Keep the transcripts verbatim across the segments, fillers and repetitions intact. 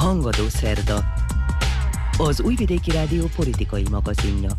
Hangadó szerda, az Újvidéki Rádió politikai magazinja.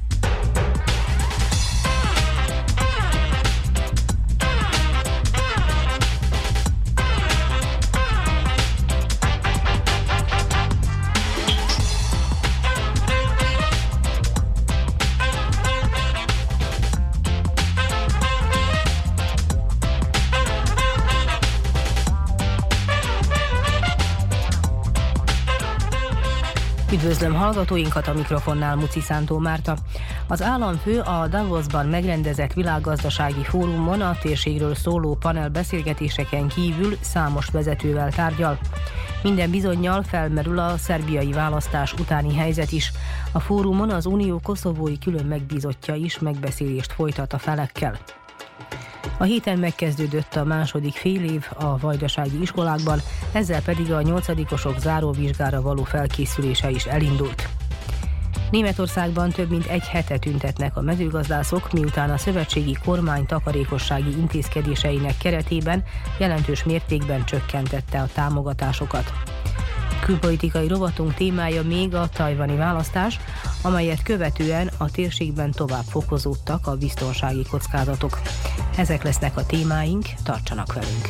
Üdvözlöm hallgatóinkat, a mikrofonnál Muci Szántó Márta. Az államfő a Davosban megrendezett világgazdasági fórumon a térségről szóló panelbeszélgetéseken kívül számos vezetővel tárgyal. Minden bizonnyal felmerül a szerbiai választás utáni helyzet is. A fórumon az Unió koszovói külön megbízottja is megbeszélést folytat a felekkel. A héten megkezdődött a második fél év a vajdasági iskolákban, ezzel pedig a nyolcadikosok záróvizsgára való felkészülése is elindult. Németországban több mint egy hete tüntetnek a mezőgazdászok, miután a szövetségi kormány takarékossági intézkedéseinek keretében jelentős mértékben csökkentette a támogatásokat. Külpolitikai rovatunk témája még a tajvani választás, amelyet követően a térségben tovább fokozódtak a biztonsági kockázatok. Ezek lesznek a témáink, tartsanak velünk!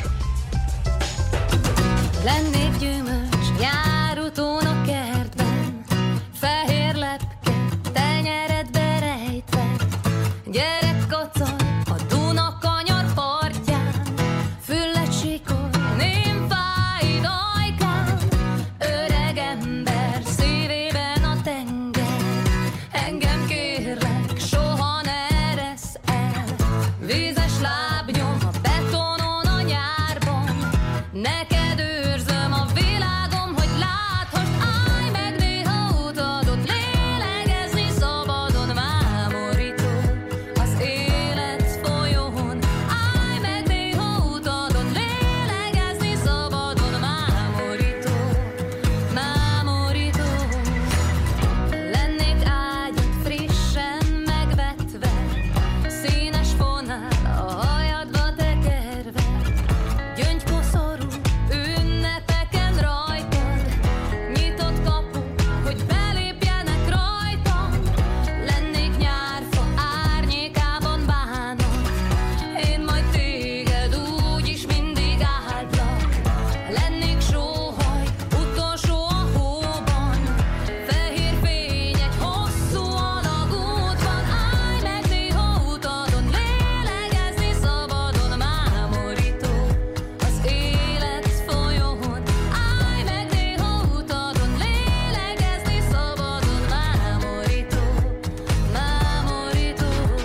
Lennék gyümölcs, járutón a kertben, fehér lepke, tenyeredbe rejtve, gyerek kacaj a Duna kanyar partján, füllet sikor, nymfáid ajkán, öreg ember szívében a tenger, engem kérlek, soha ne eresz el, vízes lábnyom a betonon a nyárban, neked őrzöm a világom, hogy láthass, állj meg néha utadot, lélegezni szabadon, mámorító az élet folyón, állj meg néha utadon, lélegezni szabadon, mámorító, mámorító. Lennék ágyat frissen megvetve, színes fonál a hajadba tekerve, gyöngykoszorú ünnepeken rajtad, nyitott kapu, hogy belépjenek rajtam, lennék nyárfa árnyékában bánat, én majd téged úgyis mindig áldlak, lennék sóhaj, utolsó a hóban, fehér fény egy hosszú alagútban, állj meg néha utadon, lélegezni szabadon, mámorító az élet folyón, állj meg néha utadon, lélegezni szabadon, mámorító, mámorító.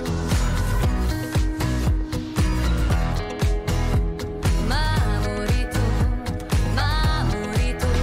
Mámorító, mámorító.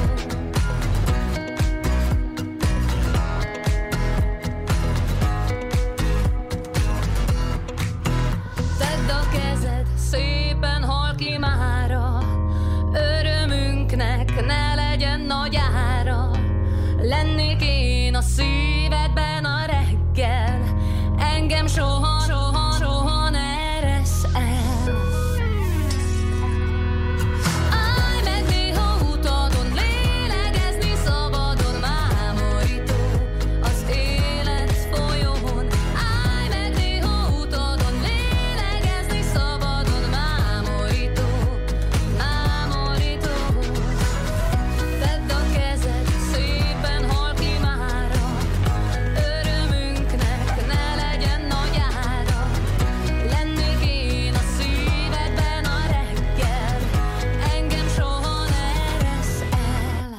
Tedd a kezed, szépen halki mára, örömünknek ne legyen nagy ára, lennék én a szívedben a reggel, engem soha, soha, soha ne eresz el. Állj meg néha utadon, lélegezni szabadon, mámorító az élet folyón, állj meg néha utadon, lélegezni szabadon, mámorító, mámorító. Tedd a kezed, szépen halki mára, örömünknek ne legyen nagy ára, lennék én a szívedben a reggel, engem soha ne eresz el.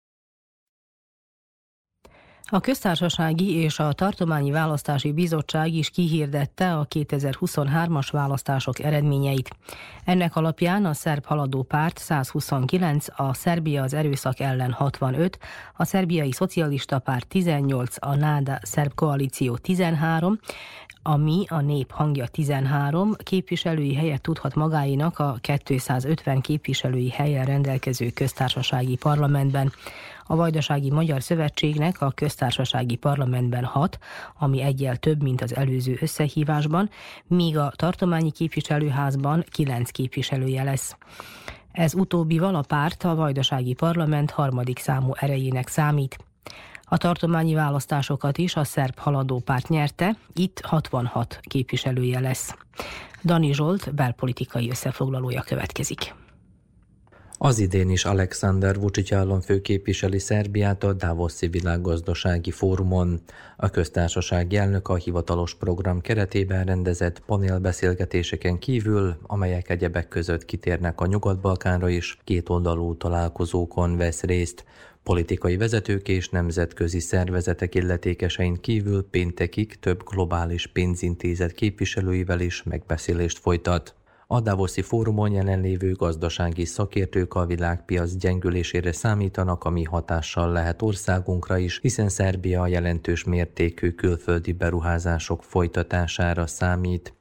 A Köztársasági és a Tartományi Választási Bizottság is kihirdette a kétezer-huszonhármas választások eredményeit. Ennek alapján a szerb haladó párt száz huszonkilenc, a Szerbia az erőszak ellen hatvanöt, a Szerbiai Szocialista Párt tizennyolc, a Náda szerb koalíció tizenhárom, a Mi, a Nép hangja tizenhárom képviselői helyet tudhat magáénak a kétszázötven képviselői helyen rendelkező köztársasági parlamentben. A Vajdasági Magyar Szövetségnek a köztársasági parlamentben hat, ami eggyel több, mint az előző összehívásban, míg a tartományi képviselőházban kilenc képviselője lesz. Ez utóbbival a párt a vajdasági parlament harmadik számú erejének számít. A tartományi választásokat is a szerb haladó párt nyerte, itt hatvanhat képviselője lesz. Dani Zsolt belpolitikai összefoglalója következik. Az idén is Alexander Vučić államfő képviseli Szerbiát a Davoszi világgazdasági fórumon. A köztársasági elnök a hivatalos program keretében rendezett panelbeszélgetéseken kívül, amelyek egyebek között kitérnek a Nyugat-Balkánra is, kétoldalú találkozókon vesz részt. Politikai vezetők és nemzetközi szervezetek illetékesein kívül péntekig több globális pénzintézet képviselőivel is megbeszélést folytat. A Davoszi fórumon jelenlévő gazdasági szakértők a világpiac gyengülésére számítanak, ami hatással lehet országunkra is, hiszen Szerbia jelentős mértékű külföldi beruházások folytatására számít.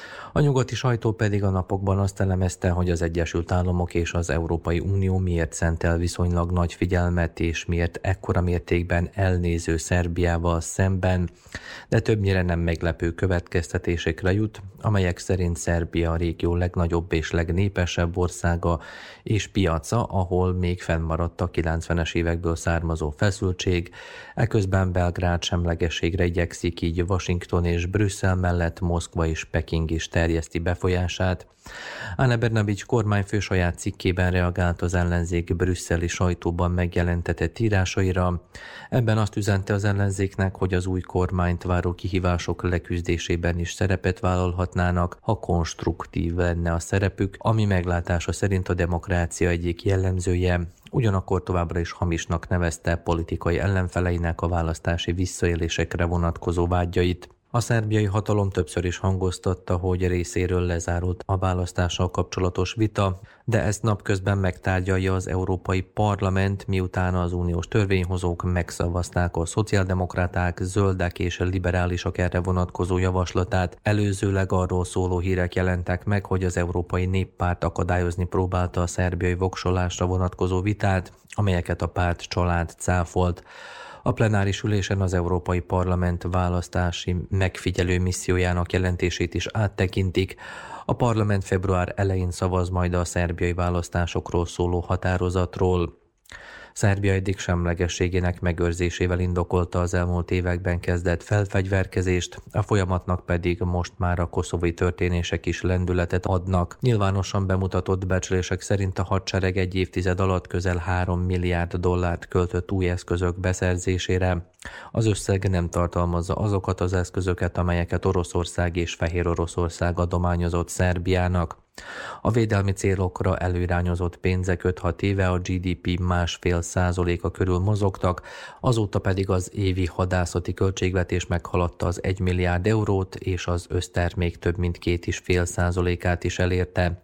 A nyugati sajtó pedig a napokban azt elemezte, hogy az Egyesült Államok és az Európai Unió miért szentel viszonylag nagy figyelmet, és miért ekkora mértékben elnéző Szerbiával szemben, de többnyire nem meglepő következtetésekre jut, amelyek szerint Szerbia a régió legnagyobb és legnépesebb országa és piaca, ahol még fennmaradt a kilencvenes évekből származó feszültség, eközben Belgrád semlegességre igyekszik, így Washington és Brüsszel mellett Moszkva és Peking is terjeszti befolyását. Ane Brnabić kormányfő saját cikkében reagált az ellenzék brüsszeli sajtóban megjelentetett írásaira. Ebben azt üzente az ellenzéknek, hogy az új kormányt váró kihívások leküzdésében is szerepet vállalhatnának, ha konstruktív lenne a szerepük, ami meglátása szerint a demokrácia egyik jellemzője. Ugyanakkor továbbra is hamisnak nevezte politikai ellenfeleinek a választási visszaélésekre vonatkozó vágyait. A szerbiai hatalom többször is hangoztatta, hogy részéről lezárult a választással kapcsolatos vita, de ezt napközben megtárgyalja az Európai Parlament, miután az uniós törvényhozók megszavazták a szociáldemokraták, zöldek és liberálisok erre vonatkozó javaslatát. Előzőleg arról szóló hírek jelentek meg, hogy az Európai Néppárt akadályozni próbálta a szerbiai voksolásra vonatkozó vitát, amelyeket a párt család cáfolt. A plenáris ülésen az Európai Parlament választási megfigyelő missziójának jelentését is áttekintik. A parlament február elején szavaz majd a szerbiai választásokról szóló határozatról. Szerbia eddig semlegességének megőrzésével indokolta az elmúlt években kezdett felfegyverkezést, a folyamatnak pedig most már a koszovói történések is lendületet adnak. Nyilvánosan bemutatott becslések szerint a hadsereg egy évtized alatt közel három milliárd dollárt költött új eszközök beszerzésére. Az összeg nem tartalmazza azokat az eszközöket, amelyeket Oroszország és Fehér Oroszország adományozott Szerbiának. A védelmi célokra előirányozott pénzek öt-hat éve a gé dé pé másfél százaléka körül mozogtak, azóta pedig az évi hadászati költségvetés meghaladta az egy milliárd eurót, és az össztermék több mint két és fél százalékát is elérte.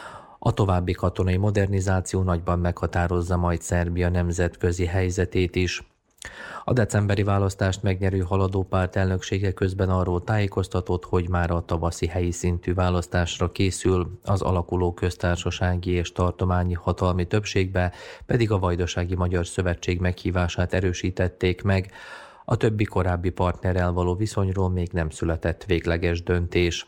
A további katonai modernizáció nagyban meghatározza majd Szerbia nemzetközi helyzetét is. A decemberi választást megnyerő haladó párt elnöksége közben arról tájékoztatott, hogy már a tavaszi helyi szintű választásra készül, az alakuló köztársasági és tartományi hatalmi többségbe pedig a Vajdasági Magyar Szövetség meghívását erősítették meg. A többi korábbi partnerrel való viszonyról még nem született végleges döntés.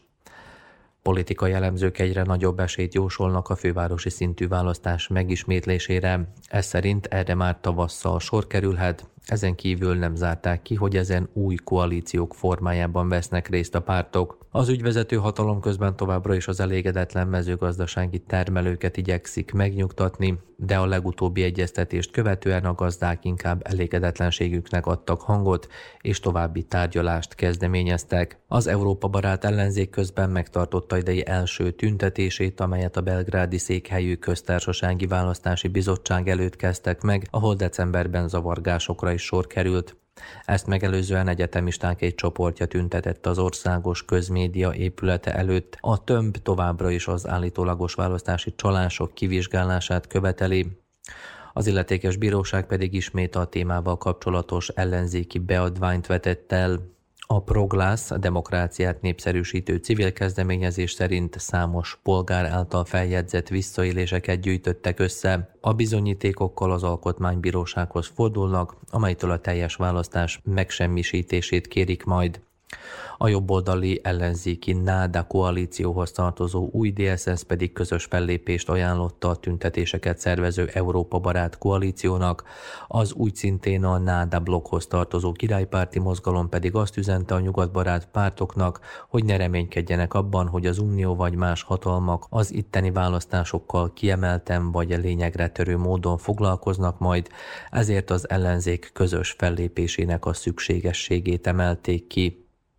Politikai elemzők egyre nagyobb esélyt jósolnak a fővárosi szintű választás megismétlésére. Ez szerint erre már tavasszal sor kerülhet, ezen kívül nem zárták ki, hogy ezen új koalíciók formájában vesznek részt a pártok. Az ügyvezető hatalom közben továbbra is az elégedetlen mezőgazdasági termelőket igyekszik megnyugtatni, de a legutóbbi egyeztetést követően a gazdák inkább elégedetlenségüknek adtak hangot, és további tárgyalást kezdeményeztek. Az Európa barát ellenzék közben megtartotta idei első tüntetését, amelyet a belgrádi székhelyű köztársasági választási bizottság előtt kezdtek meg, ahol decemberben zavargásokra is sor került. Ezt megelőzően egyetemisták egy csoportja tüntetett az országos közmédia épülete előtt. A tömb továbbra is az állítólagos választási csalások kivizsgálását követeli. Az illetékes bíróság pedig ismét a témával kapcsolatos ellenzéki beadványt vetett el. A Proglasz, a demokráciát népszerűsítő civil kezdeményezés szerint számos polgár által feljegyzett visszaéléseket gyűjtöttek össze. A bizonyítékokkal az alkotmánybírósághoz fordulnak, amelytől a teljes választás megsemmisítését kérik majd. A jobboldali ellenzéki NÁDA koalícióhoz tartozó új dé es es pedig közös fellépést ajánlotta a tüntetéseket szervező Európa barát koalíciónak, az úgy szintén a NÁDA blokkhoz tartozó királypárti mozgalom pedig azt üzente a nyugatbarát pártoknak, hogy ne reménykedjenek abban, hogy az Unió vagy más hatalmak az itteni választásokkal kiemelten vagy lényegre törő módon foglalkoznak majd, ezért az ellenzék közös fellépésének a szükségességét emelték ki.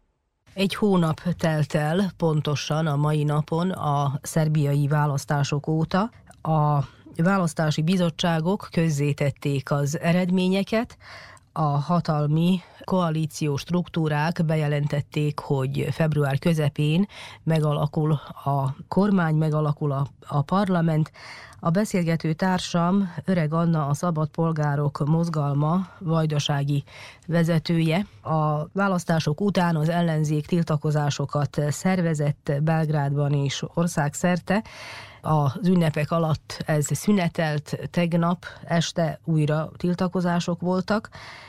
Egy hónap telt el pontosan a mai napon a szerbiai választások óta. A választási bizottságok közzétették az eredményeket, a hatalmi koalíciós struktúrák bejelentették, hogy február közepén megalakul a kormány, megalakul a, a parlament. A beszélgető társam Öreg Anna, a Szabad Polgárok Mozgalma vajdasági vezetője. A választások után az ellenzék tiltakozásokat szervezett Belgrádban és országszerte. Az ünnepek alatt ez szünetelt, tegnap este újra tiltakozások voltak.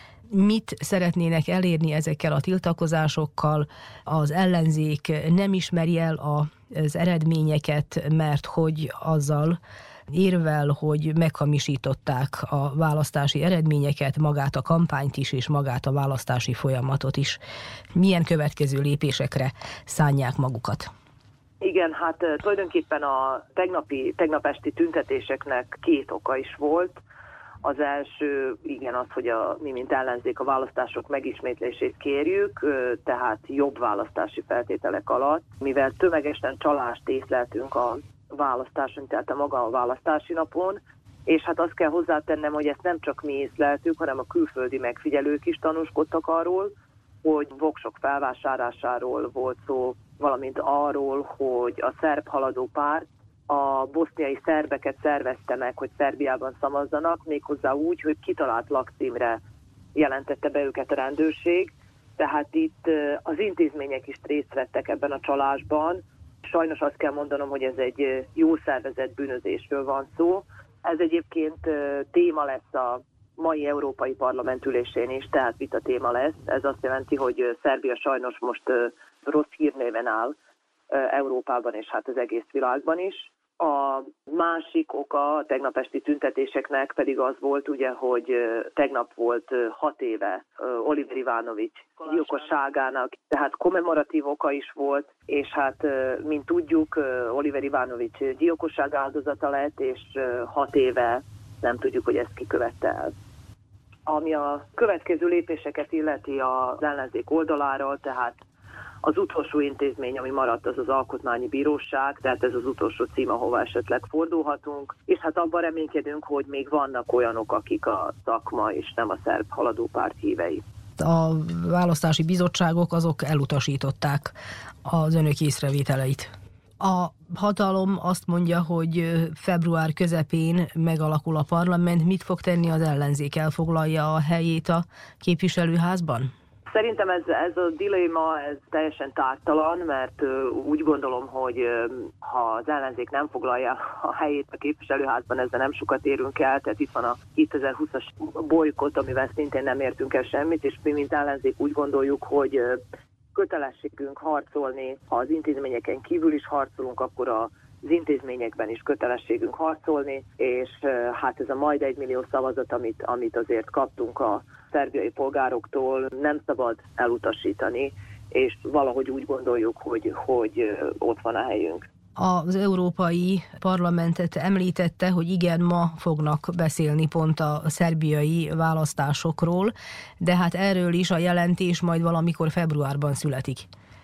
Mit szeretnének elérni ezekkel a tiltakozásokkal? Az ellenzék nem ismeri el az eredményeket, mert hogy azzal érvel, hogy meghamisították a választási eredményeket, magát a kampányt is, és magát a választási folyamatot is. Milyen következő lépésekre szánják magukat? Igen, hát tulajdonképpen a tegnapi, tegnap esti tüntetéseknek két oka is volt. Az első, igen, az, hogy a, mi, mint ellenzék a választások megismétlését kérjük, tehát jobb választási feltételek alatt, mivel tömegesen csalást észleltünk a választáson, tehát a maga a választási napon, és hát azt kell hozzátennem, hogy ezt nem csak mi észleltük, hanem a külföldi megfigyelők is tanúskodtak arról, hogy voksok felvásárlásáról volt szó, valamint arról, hogy a szerb haladó párt a boszniai szerbeket szervezte meg, hogy Szerbiában szavazzanak, méghozzá úgy, hogy kitalált lakcímre jelentette be őket a rendőrség. Tehát itt az intézmények is részt vettek ebben a csalásban. Sajnos azt kell mondanom, hogy ez egy jó szervezett bűnözésről van szó. Ez egyébként téma lesz a mai Európai Parlament ülésén is, tehát vita téma lesz. Ez azt jelenti, hogy Szerbia sajnos most rossz hírnéven áll Európában és hát az egész világban is. A másik oka a tegnap esti tüntetéseknek pedig az volt, ugye, hogy tegnap volt hat éve Oliver Ivanović gyilkosságának, tehát kommemoratív oka is volt, és hát, mint tudjuk, Oliver Ivanović gyilkosság áldozata lett, és hat éve nem tudjuk, hogy ezt kikövette el. Ami a következő lépéseket illeti az ellenzék oldaláról, tehát az utolsó intézmény, ami maradt, az az Alkotmányi Bíróság, tehát ez az utolsó cím, ahova esetleg fordulhatunk, és hát abban reménykedünk, hogy még vannak olyanok, akik a szakma és nem a szerb haladópárt hívei. A választási bizottságok azok elutasították az önök észrevételeit. A hatalom azt mondja, hogy február közepén megalakul a parlament. Mit fog tenni az ellenzék? Elfoglalja a helyét a képviselőházban? Szerintem ez, ez a dilemma ez teljesen tártalan, mert uh, úgy gondolom, hogy uh, ha az ellenzék nem foglalja a helyét a képviselőházban, ezzel nem sokat érünk el, tehát itt van a kétezer-húszas bolykott, amivel szintén nem értünk el semmit, és mi, mint ellenzék úgy gondoljuk, hogy uh, kötelességünk harcolni, ha az intézményeken kívül is harcolunk, akkor a az intézményekben is kötelességünk harcolni, és hát ez a majd egy millió szavazat, amit, amit azért kaptunk a szerbiai polgároktól, nem szabad elutasítani, és valahogy úgy gondoljuk, hogy, hogy ott van a helyünk. Az Európai Parlamentet említette, hogy igen, ma fognak beszélni pont a szerbiai választásokról, de hát erről is a jelentés majd valamikor februárban születik.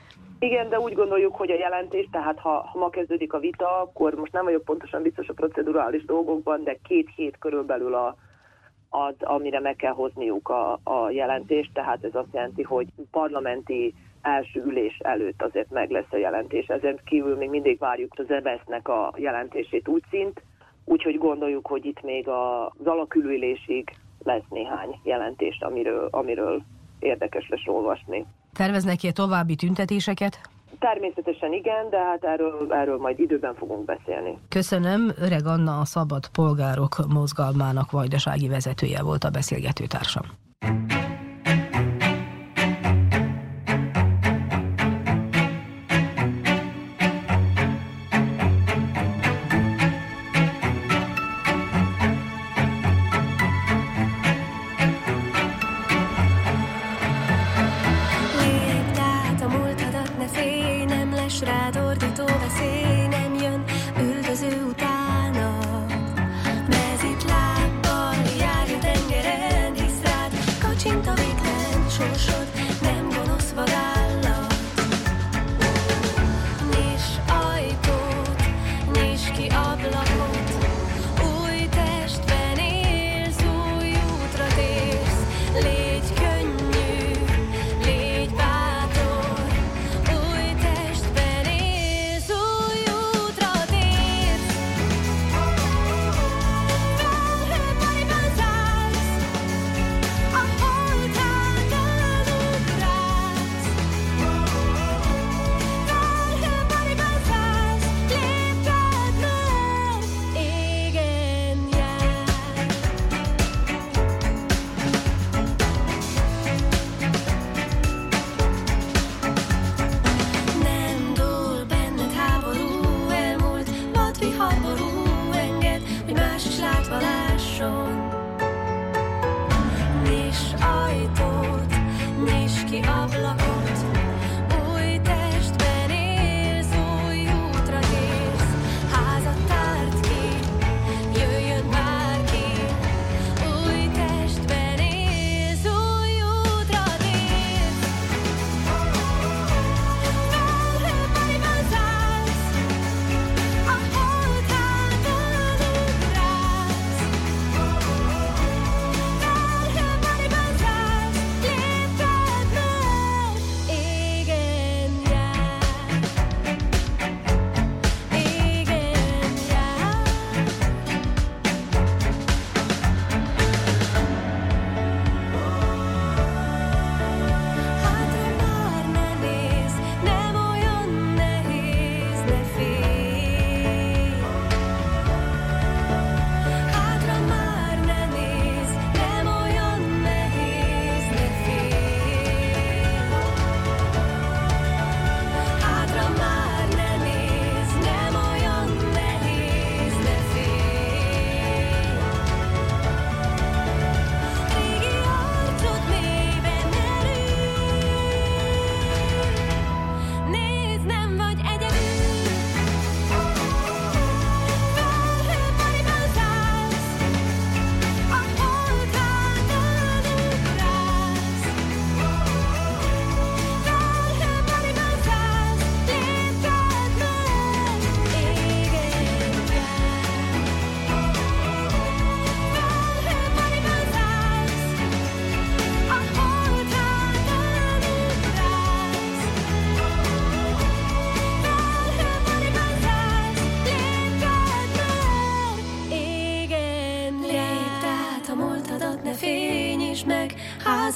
Igen, de úgy gondoljuk, hogy a jelentés, tehát ha, ha ma kezdődik a vita, akkor most nem vagyok pontosan biztos a procedurális dolgokban, de két hét körülbelül a, az, amire meg kell hozniuk a, a jelentést, tehát ez azt jelenti, hogy parlamenti első ülés előtt azért meg lesz a jelentés. Ezen kívül még mindig várjuk az é bé é es-nek a jelentését úgy szint, úgyhogy gondoljuk, hogy itt még az alakülésig lesz néhány jelentés, amiről, amiről érdekes lesz olvasni. Terveznek-e további tüntetéseket? Természetesen igen, de hát erről, erről majd időben fogunk beszélni. Köszönöm, Öreg Anna, a Szabad Polgárok Mozgalmának vajdasági vezetője volt a beszélgetőtársam.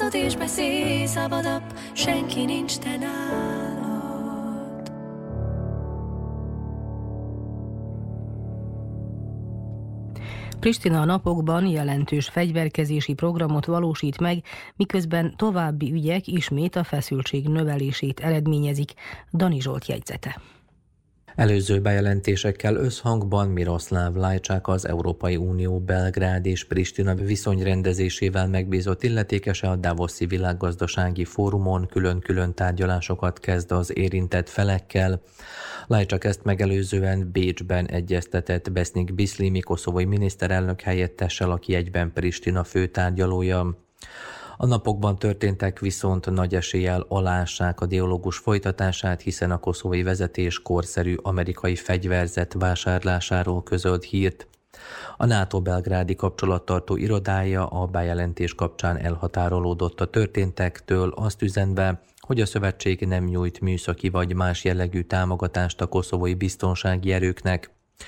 Látszod és beszélj szabadabb, senki nincs te nálad. Pristina a napokban jelentős fegyverkezési programot valósít meg, miközben további ügyek ismét a feszültség növelését eredményezik. Dani Zsolt jegyzete. Előző bejelentésekkel összhangban Miroslav Lajcsák, az Európai Unió Belgrád és Pristina viszonyrendezésével megbízott illetékese a Davoszi Világgazdasági Fórumon külön-külön tárgyalásokat kezd az érintett felekkel. Lajcsák ezt megelőzően Bécsben egyeztetett Besnik Bislimi koszovói miniszterelnök helyettessel, aki egyben Pristina főtárgyalója. A napokban történtek viszont nagy eséllyel aláássák a dialógus folytatását, hiszen a koszovói vezetés korszerű amerikai fegyverzet vásárlásáról közölt hírt. A NATO belgrádi kapcsolattartó irodája a bejelentés kapcsán elhatárolódott a történtektől, azt üzenve, hogy a szövetség nem nyújt műszaki vagy más jellegű támogatást a koszovói biztonsági erőknek.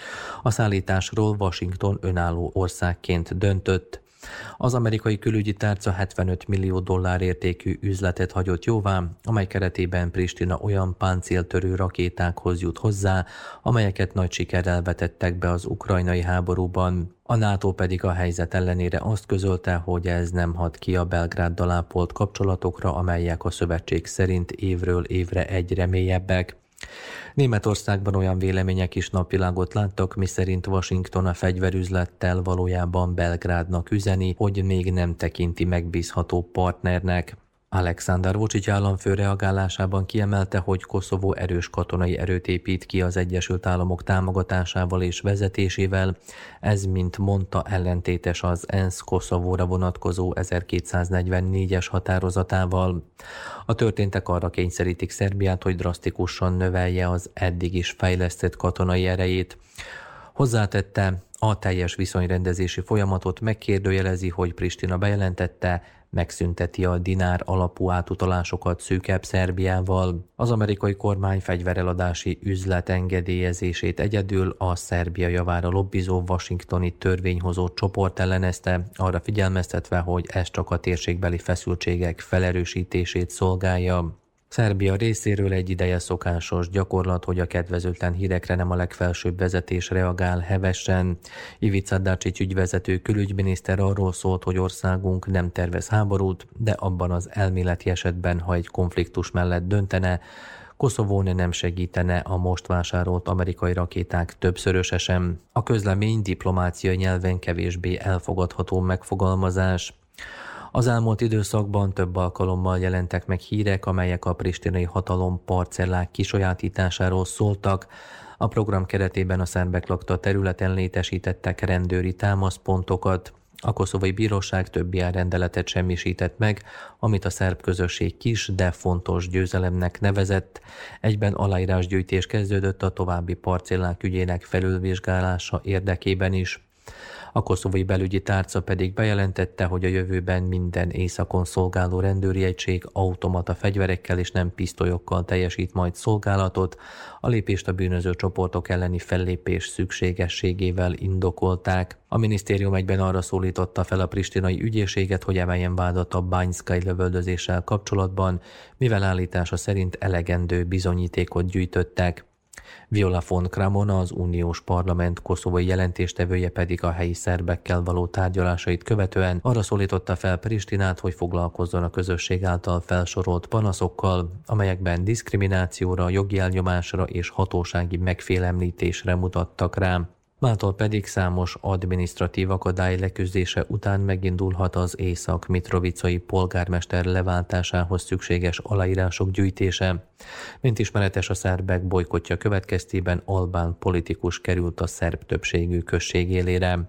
A szállításról Washington önálló országként döntött. Az amerikai külügyi tárca hetvenöt millió dollár értékű üzletet hagyott jóvá, amely keretében Pristina olyan páncéltörő rakétákhoz jut hozzá, amelyeket nagy sikerrel vetettek be az ukrajnai háborúban. A NATO pedig a helyzet ellenére azt közölte, hogy ez nem hat ki a Belgráddal ápolt kapcsolatokra, amelyek a szövetség szerint évről évre egyre mélyebbek. Németországban olyan vélemények is napvilágot láttak, miszerint Washington a fegyverüzlettel valójában Belgrádnak üzeni, hogy még nem tekinti megbízható partnernek. Alexander Vučić államfő reagálásában kiemelte, hogy Koszovó erős katonai erőt épít ki az Egyesült Államok támogatásával és vezetésével. Ez, mint mondta, ellentétes az ENSZ Koszovóra vonatkozó ezerkétszáznegyvennégyes határozatával. A történtek arra kényszerítik Szerbiát, hogy drasztikusan növelje az eddig is fejlesztett katonai erejét. Hozzátette, a teljes viszonyrendezési folyamatot megkérdőjelezi, hogy Pristina bejelentette, megszünteti a dinár alapú átutalásokat szűkebb Szerbiával. Az amerikai kormány fegyvereladási üzlet engedélyezését egyedül a Szerbia javára lobbizó washingtoni törvényhozó csoport ellenezte, arra figyelmeztetve, hogy ez csak a térségbeli feszültségek felerősítését szolgálja. Szerbia részéről egy ideje szokásos gyakorlat, hogy a kedvezőtlen hírekre nem a legfelsőbb vezetés reagál hevesen. Ivica Dačić ügyvezető külügyminiszter arról szólt, hogy országunk nem tervez háborút, de abban az elméleti esetben, ha egy konfliktus mellett döntene, Koszovón nem segítene a most vásárolt amerikai rakéták többszöröse sem. A közlemény diplomáciai nyelven kevésbé elfogadható megfogalmazás. Az elmúlt időszakban több alkalommal jelentek meg hírek, amelyek a pristinai hatalom parcellák kisajátításáról szóltak. A program keretében a szerbek lakta területen létesítettek rendőri támaszpontokat. A koszovói bíróság több ilyen rendeletet semmisített meg, amit a szerb közösség kis, de fontos győzelemnek nevezett. Egyben aláírásgyűjtés kezdődött a további parcellák ügyének felülvizsgálása érdekében is. A koszovói belügyi tárca pedig bejelentette, hogy a jövőben minden északon szolgáló rendőri egység automata fegyverekkel és nem pisztolyokkal teljesít majd szolgálatot. A lépést a bűnöző csoportok elleni fellépés szükségességével indokolták. A minisztérium egyben arra szólította fel a pristinai ügyészséget, hogy emeljen vádat a bányszkai lövöldözéssel kapcsolatban, mivel állítása szerint elegendő bizonyítékot gyűjtöttek. Viola von Kramon, az uniós parlament koszovói jelentéstevője pedig a helyi szerbekkel való tárgyalásait követően arra szólította fel Pristinát, hogy foglalkozzon a közösség által felsorolt panaszokkal, amelyekben diszkriminációra, jogi elnyomásra és hatósági megfélemlítésre mutattak rá. Mától pedig számos adminisztratív akadály leküzdése után megindulhat az Észak-Mitrovicai polgármester leváltásához szükséges aláírások gyűjtése. Mint ismeretes, a szerbek bojkottja következtében albán politikus került a szerb többségű község élére.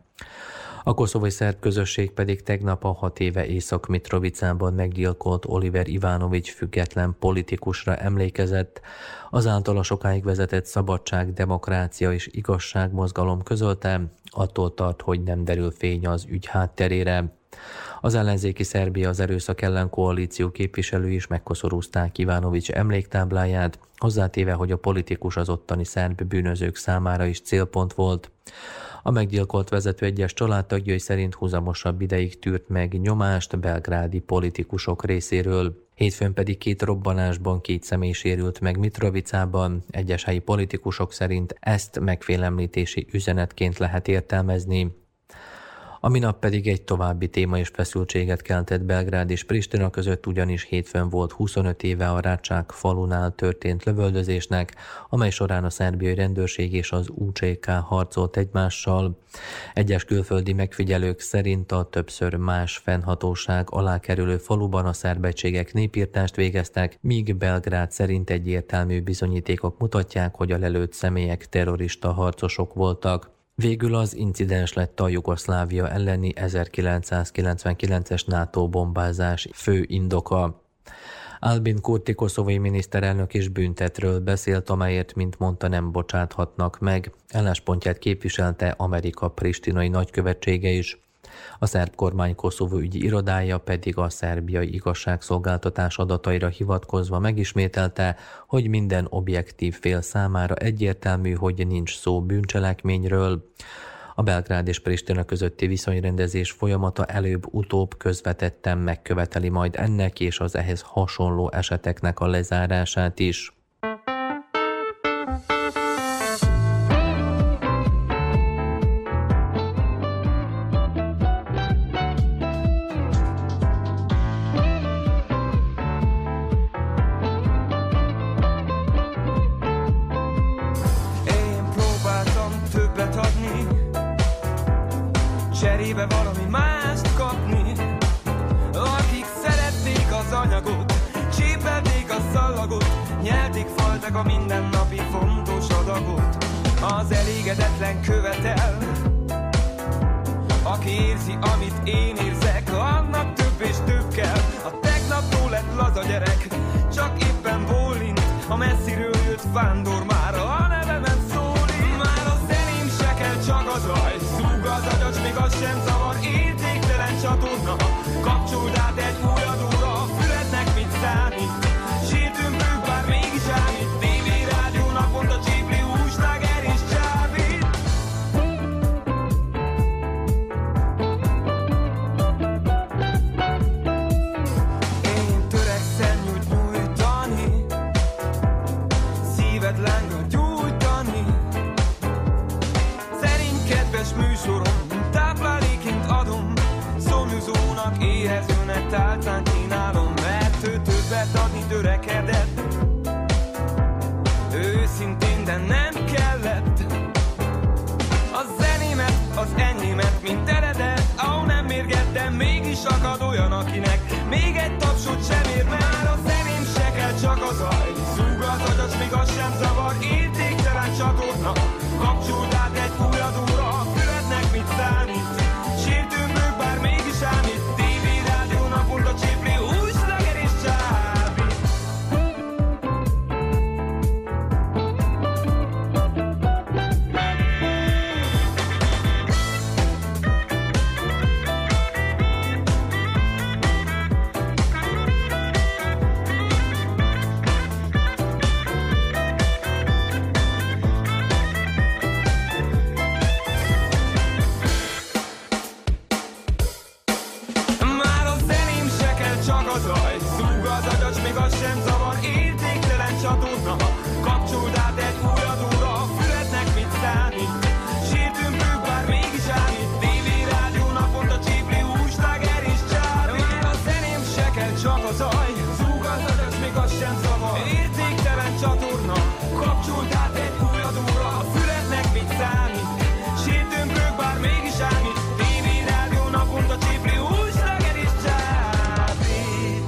A koszovói szerb közösség pedig tegnap a hat éve Észak-Mitrovicában meggyilkolt Oliver Ivanović független politikusra emlékezett. Az általa sokáig vezetett Szabadság, Demokrácia és Igazság mozgalom közölte, attól tart, hogy nem derül fény az ügy hátterére. Az ellenzéki Szerbia az erőszak ellen koalíció képviselői is megkoszorúzták Ivanović emléktábláját, hozzátéve, hogy a politikus az ottani szerb bűnözők számára is célpont volt. A meggyilkolt vezető egyes családtagjai szerint húzamosabb ideig tűrt meg nyomást belgrádi politikusok részéről. Hétfőn pedig két robbanásban két személy sérült meg Mitrovicában. Egyes helyi politikusok szerint ezt megfélemlítési üzenetként lehet értelmezni. A minap pedig egy további téma és feszültséget keltett Belgrád és Pristina között, ugyanis hétfőn volt huszonöt éve a Rácsák falunál történt lövöldözésnek, amely során a szerbiai rendőrség és az u cé ká harcolt egymással. Egyes külföldi megfigyelők szerint a többször más fennhatóság alá kerülő faluban a szerb egységek népirtást végeztek, míg Belgrád szerint egyértelmű bizonyítékok mutatják, hogy a lelőtt személyek terrorista harcosok voltak. Végül az incidens lett a Jugoszlávia elleni ezerkilencszázkilencvenkilences NATO bombázás fő indoka. Albin Kurti koszovói miniszterelnök is büntetről beszélt, amelyet, mint mondta, nem bocsáthatnak meg. Álláspontját képviselte Amerika pristinai nagykövetsége is. A szerb kormány Koszovó ügyi irodája pedig a szerbiai igazságszolgáltatás adataira hivatkozva megismételte, hogy minden objektív fél számára egyértelmű, hogy nincs szó bűncselekményről. A Belgrád és Pristina közötti viszonyrendezés folyamata előbb-utóbb közvetetten megköveteli majd ennek és az ehhez hasonló eseteknek a lezárását is. Cserébe valami mást kapni. Akik szerették az anyagot, csépelték a szallagot, nyelték, faltak a mindennapi fontos adagot. Az elégedetlen követel, aki érzi, amit én érzek, annak több és több kell. A tegnaptól lett laza gyerek, csak éppen bólint, a messziről jött vándor már a nevemen szólít. Már a zeném se kell, csak a zaj, zúg az agyas, még az sem zavar, értéktelen csatorna. Kapcsold át egy új adóra, a fülednek mit számít, sértünk bők, bár mégis ámít. té vé, rádió, naponta csípli, új sláger és csábít. Én törekszem nyújt nyújtani, szíved lángot gyújtani. Szerint kedves műsorom, tápláléként adom, szomjúzónak, éhezőnek tálcán kínálom, mert ő többet adni törekedett, őszintén, de nem kellett. A zenémet, az enyémet, mint eredet, ahol nem mérgettem, mégis akad olyan, akinek még egy tapsot sem ér. Már a zeném se kell, csak a zaj, zúg az agyas, még az sem zavar, értéktelen csatorna. Kapcsold át egy új adóra, a fülednek mit számít, sértünk bők, bár mégis ámít. té vé, rádió, naponta csípli, új sláger és csábít. Már a zeném se kell, csak a zaj, zúg az agyas, még az sem zavar, értéktelen csatorna. Kapcsold át egy új adóra, a fülednek mit számít, sértünk bők, bár mégis ámít. té vé, rádió, naponta csípli, új sláger és csábít. Már a zeném se kell, csak a zaj, zúg az agyas, még az sem zavar, értéktelen csatorna. Kapcsold át egy új adóra, a fülednek mit számít, sértünk bők, bár mégis ámít. té vé, rádió, naponta csípli, új sláger és csábít.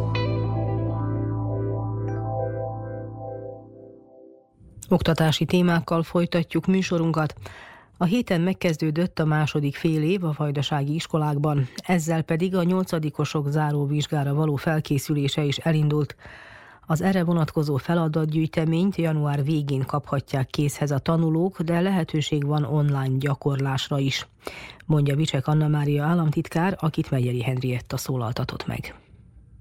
Oktatási témákkal folytatjuk műsorunkat. A héten megkezdődött a második fél év a vajdasági iskolákban, ezzel pedig a nyolcadikosok záróvizsgára való felkészülése is elindult. Az erre vonatkozó feladatgyűjteményt január végén kaphatják készhez a tanulók, de lehetőség van online gyakorlásra is, mondja Vicsek Anna Mária államtitkár, akit Megyeri Henrietta szólaltatott meg.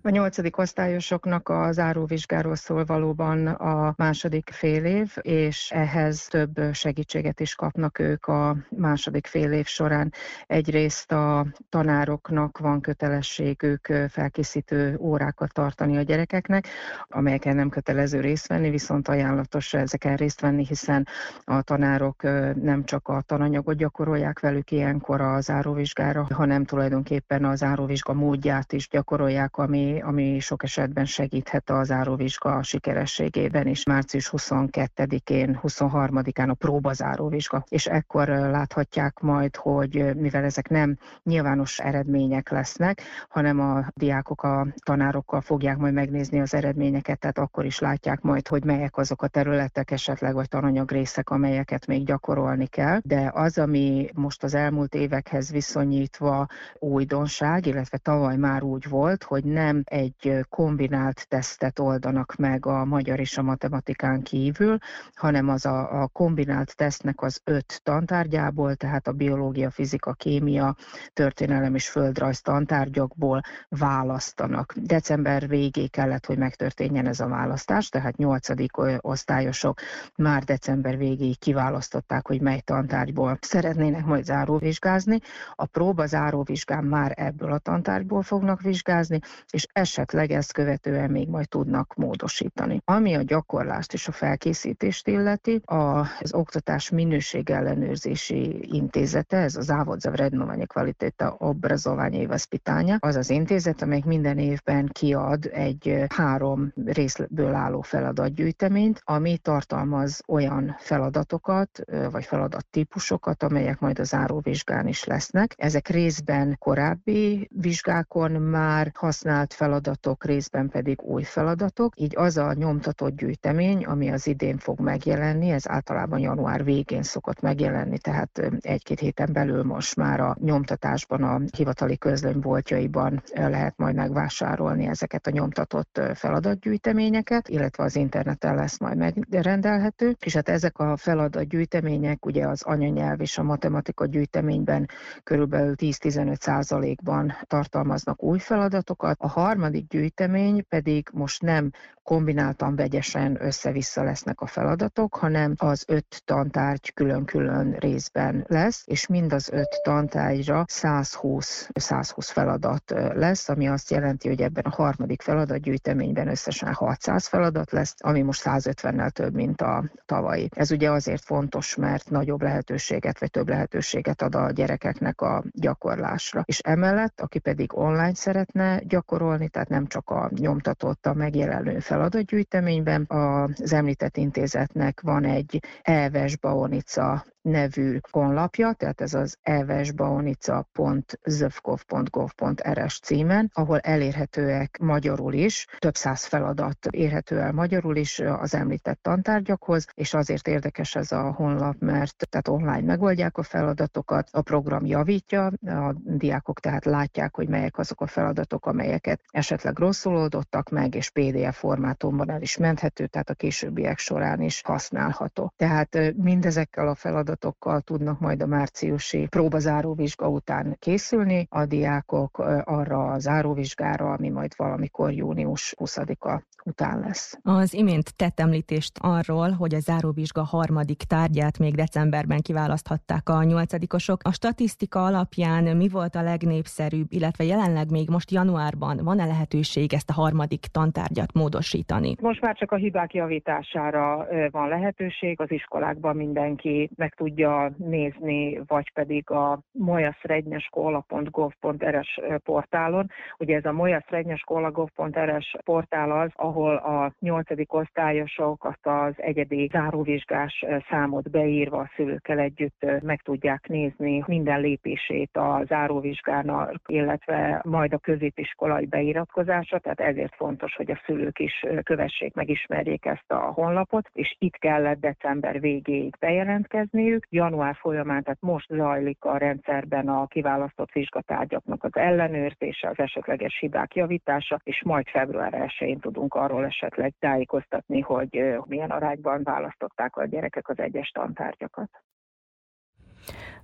A nyolcadik osztályosoknak a záróvizsgáról szól valóban a második fél év, és ehhez több segítséget is kapnak ők a második fél év során. Egyrészt a tanároknak van kötelességük felkészítő órákat tartani a gyerekeknek, amelyeken nem kötelező részt venni, viszont ajánlatos ezeken részt venni, hiszen a tanárok nem csak a tananyagot gyakorolják velük ilyenkor a záróvizsgára, hanem tulajdonképpen a záróvizsga módját is gyakorolják, ami, ami sok esetben segíthet a záróvizsga sikerességében is. március huszonkettedikén, huszonharmadikán a próbazáróvizsga, és ekkor láthatják majd, hogy mivel ezek nem nyilvános eredmények lesznek, hanem a diákok a tanárokkal fogják majd megnézni az eredményeket, tehát akkor is látják majd, hogy melyek azok a területek esetleg, vagy tananyagrészek, amelyeket még gyakorolni kell. De az, ami most az elmúlt évekhez viszonyítva újdonság, illetve tavaly már úgy volt, hogy nem egy kombinált tesztet oldanak meg a magyar és a matematikán kívül, hanem az a, a kombinált tesztnek az öt tantárgyából, tehát a biológia, fizika, kémia, történelem és földrajz tantárgyakból választanak. December végéig kellett, hogy megtörténjen ez a választás, tehát nyolcadik osztályosok már december végéig kiválasztották, hogy mely tantárgyból szeretnének majd záróvizsgázni. A próba záróvizsgán már ebből a tantárgyból fognak vizsgázni, és esetleg ezt követően még majd tudnak módosítani. Ami a gyakorlást és a felkészítést illeti, az Oktatás Minőségellenőrzési Intézete, ez a Závod za vrednovanje kvalitete obrazovanja i vaspitanja, az az intézet, amely minden évben kiad egy három részből álló feladatgyűjteményt, ami tartalmaz olyan feladatokat, vagy feladattípusokat, amelyek majd a záróvizsgán is lesznek. Ezek részben korábbi vizsgákon már használt feladatok, részben pedig új feladatok. Így az a nyomtatott gyűjtemény, ami az idén fog megjelenni, ez általában január végén szokott megjelenni, tehát egy-két héten belül most már a nyomtatásban, a hivatali közlönyboltjaiban lehet majd megvásárolni ezeket a nyomtatott feladatgyűjteményeket, illetve az interneten lesz majd megrendelhető. És hát ezek a feladatgyűjtemények ugye az anyanyelv és a matematika gyűjteményben körülbelül tíz-tizenöt százalékban tartalmaznak új feladatokat. A harmadik gyűjtemény pedig most nem kombináltan vegyesen össze-vissza lesznek a feladatok, hanem az öt tantárgy külön-külön részben lesz, és mind az öt tantárgyra száz húsz feladat lesz, ami azt jelenti, hogy ebben a harmadik feladatgyűjteményben összesen hatszáz feladat lesz, ami most százötvennel több, mint a tavalyi. Ez ugye azért fontos, mert nagyobb lehetőséget, vagy több lehetőséget ad a gyerekeknek a gyakorlásra. És emellett, aki pedig online szeretne gyakorolni, tehát nem csak a nyomtatott, a megjelenő feladatgyűjteményben, az említett intézetnek van egy evesbaonica nevű honlapja, tehát ez az evesbaonica pont zövkov pont gov pont er es címen, ahol elérhetőek magyarul is, több száz feladat érhető el magyarul is az említett tantárgyakhoz, és azért érdekes ez a honlap, mert tehát online megoldják a feladatokat, a program javítja, a diákok tehát látják, hogy melyek azok a feladatok, amelyeket esetleg rosszul oldottak meg, és pé dé ef formátumban el is menthető, tehát a későbbiek során is használható. Tehát mindezekkel a feladatokkal tudnak majd a márciusi próbazáróvizsga után készülni a diákok arra a záróvizsgára, ami majd valamikor június huszadika után lesz. Az imént tett említést arról, hogy a záróvizsga harmadik tárgyát még decemberben kiválaszthatták a nyolcadikosok. A statisztika alapján mi volt a legnépszerűbb, illetve jelenleg még most januárban van-e lehetőség ezt a harmadik tantárgyat módosítani? Most már csak a hibák javítására van lehetőség, az iskolákban mindenki meg tudja nézni, vagy pedig a moja srednja škola pont gov pont er es portálon. Ugye ez a moja srednja škola gov pont er es portál az, ahol a nyolcadik osztályosok azt az egyedi záróvizsgás számot beírva a szülőkkel együtt meg tudják nézni minden lépését a záróvizsgának, illetve majd a középiskolai beiratkozásra, tehát ezért fontos, hogy a szülők is kövessék, megismerjék ezt a honlapot, és itt kellett december végéig bejelentkezniük. Január folyamán, tehát most zajlik a rendszerben a kiválasztott vizsgatárgyaknak az ellenőrzése, az esetleges hibák javítása, és majd február elsején tudunk arról esetleg tájékoztatni, hogy milyen arányban választották a gyerekek az egyes tantárgyakat.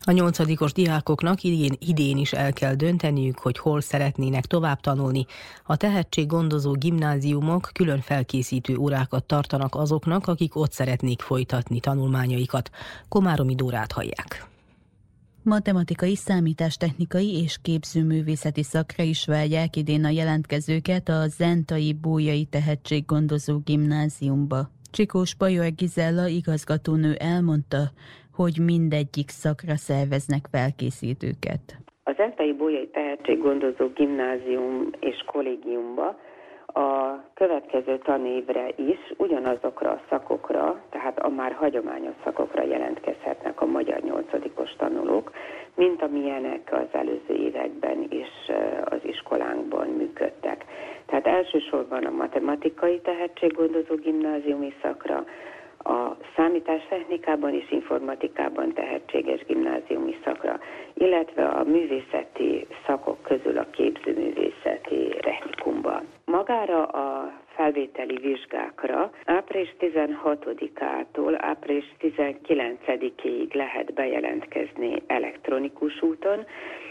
A nyolcadikos diákoknak idén, idén is el kell dönteniük, hogy hol szeretnének tovább tanulni. A tehetséggondozó gimnáziumok külön felkészítő órákat tartanak azoknak, akik ott szeretnék folytatni tanulmányaikat. Komáromi Dórát hallják. Matematikai, számítástechnikai és képzőművészeti szakra is várják idén a jelentkezőket a Zentai Bolyai Tehetséggondozó Gimnáziumba. Csikós Bajor Gizella igazgatónő elmondta, hogy mindegyik szakra szerveznek felkészítőket. A Zentai Bolyai Tehetséggondozó Gimnázium és Kollégiumba a következő tanévre is ugyanazokra a szakokra, tehát a már hagyományos szakokra jelentkezhetnek a magyar nyolcadikos tanulók, mint amilyenek az előző években is az iskolánkban működtek. Tehát elsősorban a matematikai tehetséggondozó gimnáziumi szakra, a számítástechnikában és informatikában tehetséges gimnáziumi szakra, illetve a művészeti szakok közül a képzőművészeti technikumban. Magára a felvételi vizsgákra április tizenhatodikától április tizenkilencedikéig lehet bejelentkezni elektronikus úton,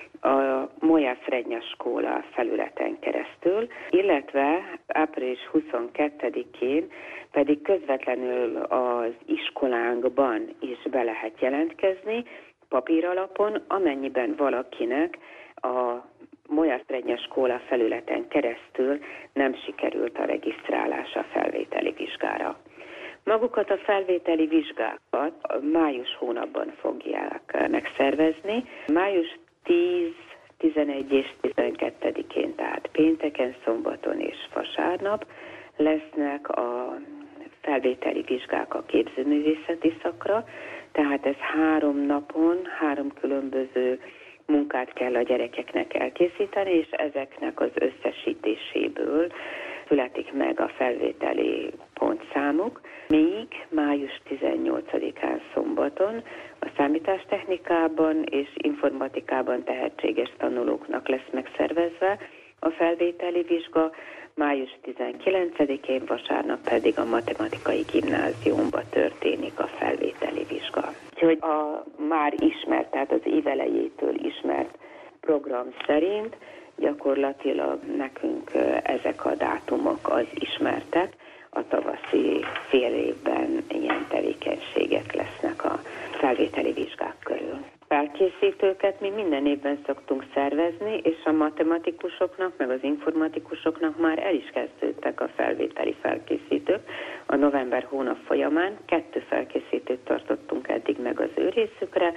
a Moja Srednja Škola felületen keresztül, illetve április huszonkettedikén pedig közvetlenül az iskolánkban is be lehet jelentkezni papíralapon, amennyiben valakinek a Moja Srednja Škola felületen keresztül nem sikerült a regisztrálás a felvételi vizsgára. Magukat a felvételi vizsgákat május hónapban fogják megszervezni. Május tíz, tizenegy és tizenkettedikén, tehát pénteken, szombaton és vasárnap lesznek a felvételi vizsgák a képzőművészeti szakra, tehát ez három napon, három különböző munkát kell a gyerekeknek elkészíteni, és ezeknek az összesítéséből születik meg a felvételi pontszámuk, míg május tizennyolcadikán szombaton a számítástechnikában és informatikában tehetséges tanulóknak lesz megszervezve a felvételi vizsga, május tizenkilencedikén vasárnap pedig a matematikai gimnáziumban történik a felvételi vizsga. Úgyhogy a már ismert, tehát az év elejétől ismert program szerint gyakorlatilag nekünk ezek a dátumok az ismertek, a tavaszi fél évben ilyen tevékenységek lesznek a felvételi vizsgák körül. Felkészítőket mi minden évben szoktunk szervezni, és a matematikusoknak, meg az informatikusoknak már el is kezdődtek a felvételi felkészítők. A november hónap folyamán kettő felkészítőt tartottunk eddig meg az ő részükre,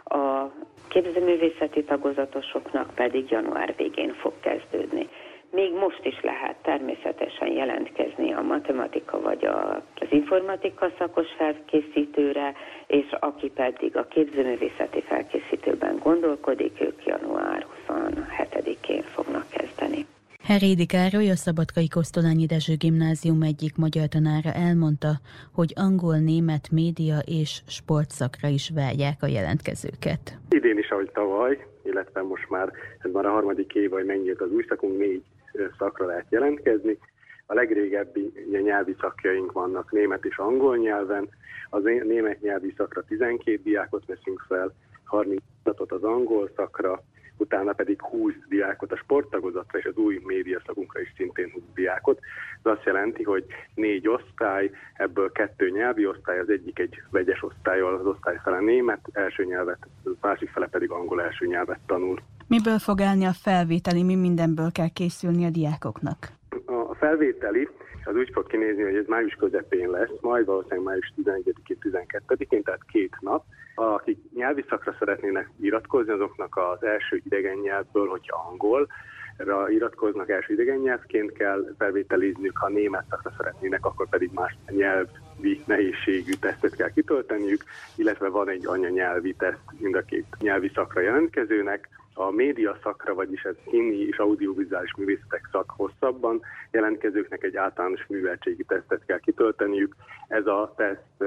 a képzőművészeti tagozatosoknak pedig január végén fog kezdődni. Még most is lehet természetesen jelentkezni a matematika vagy az informatika szakos felkészítőre, és aki pedig a képzőművészeti felkészítőben gondolkodik, ők január huszonhetedikén fognak kezdeni. Herédi Károly, a Szabadkai Kosztolányi Dezső Gimnázium egyik magyar tanára elmondta, hogy angol, német, média és sportszakra is várják a jelentkezőket. Idén is, ahogy tavaly, illetve most már ez már a harmadik év, hogy megnyílt az új szakunk, négy szakra lehet jelentkezni. A legrégebbi nyelvi szakjaink vannak német és angol nyelven. Az német nyelvi szakra tizenkét diákot veszünk fel, harmincat az angol szakra, utána pedig húsz diákot a sporttagozatra, és az új média szakunkra is szintén húsz diákot. Ez azt jelenti, hogy négy osztály, ebből kettő nyelvi osztály, az egyik egy vegyes osztályol, az osztály fele német első nyelvet, az másik fele pedig angol első nyelvet tanul. Miből fog állni a felvételi, mi mindenből kell készülni a diákoknak? A felvételi az úgy fog kinézni, hogy ez május közepén lesz, majd valószínűleg május tizenegyedikén, tizenkettedikén, tehát két nap. Akik nyelvi szakra szeretnének iratkozni, azoknak az első idegen nyelvből, hogyha angolra iratkoznak, első idegen nyelvként kell felvételizniük, ha német szakra szeretnének, akkor pedig más nyelvi nehézségű tesztet kell kitölteniük, illetve van egy anyanyelvi teszt mind a két nyelvi szakra jelentkezőnek. A média szakra, vagyis ez színi és audiovizuális művészetek szak hosszabban jelentkezőknek egy általános műveltségi tesztet kell kitölteniük. Ez a teszt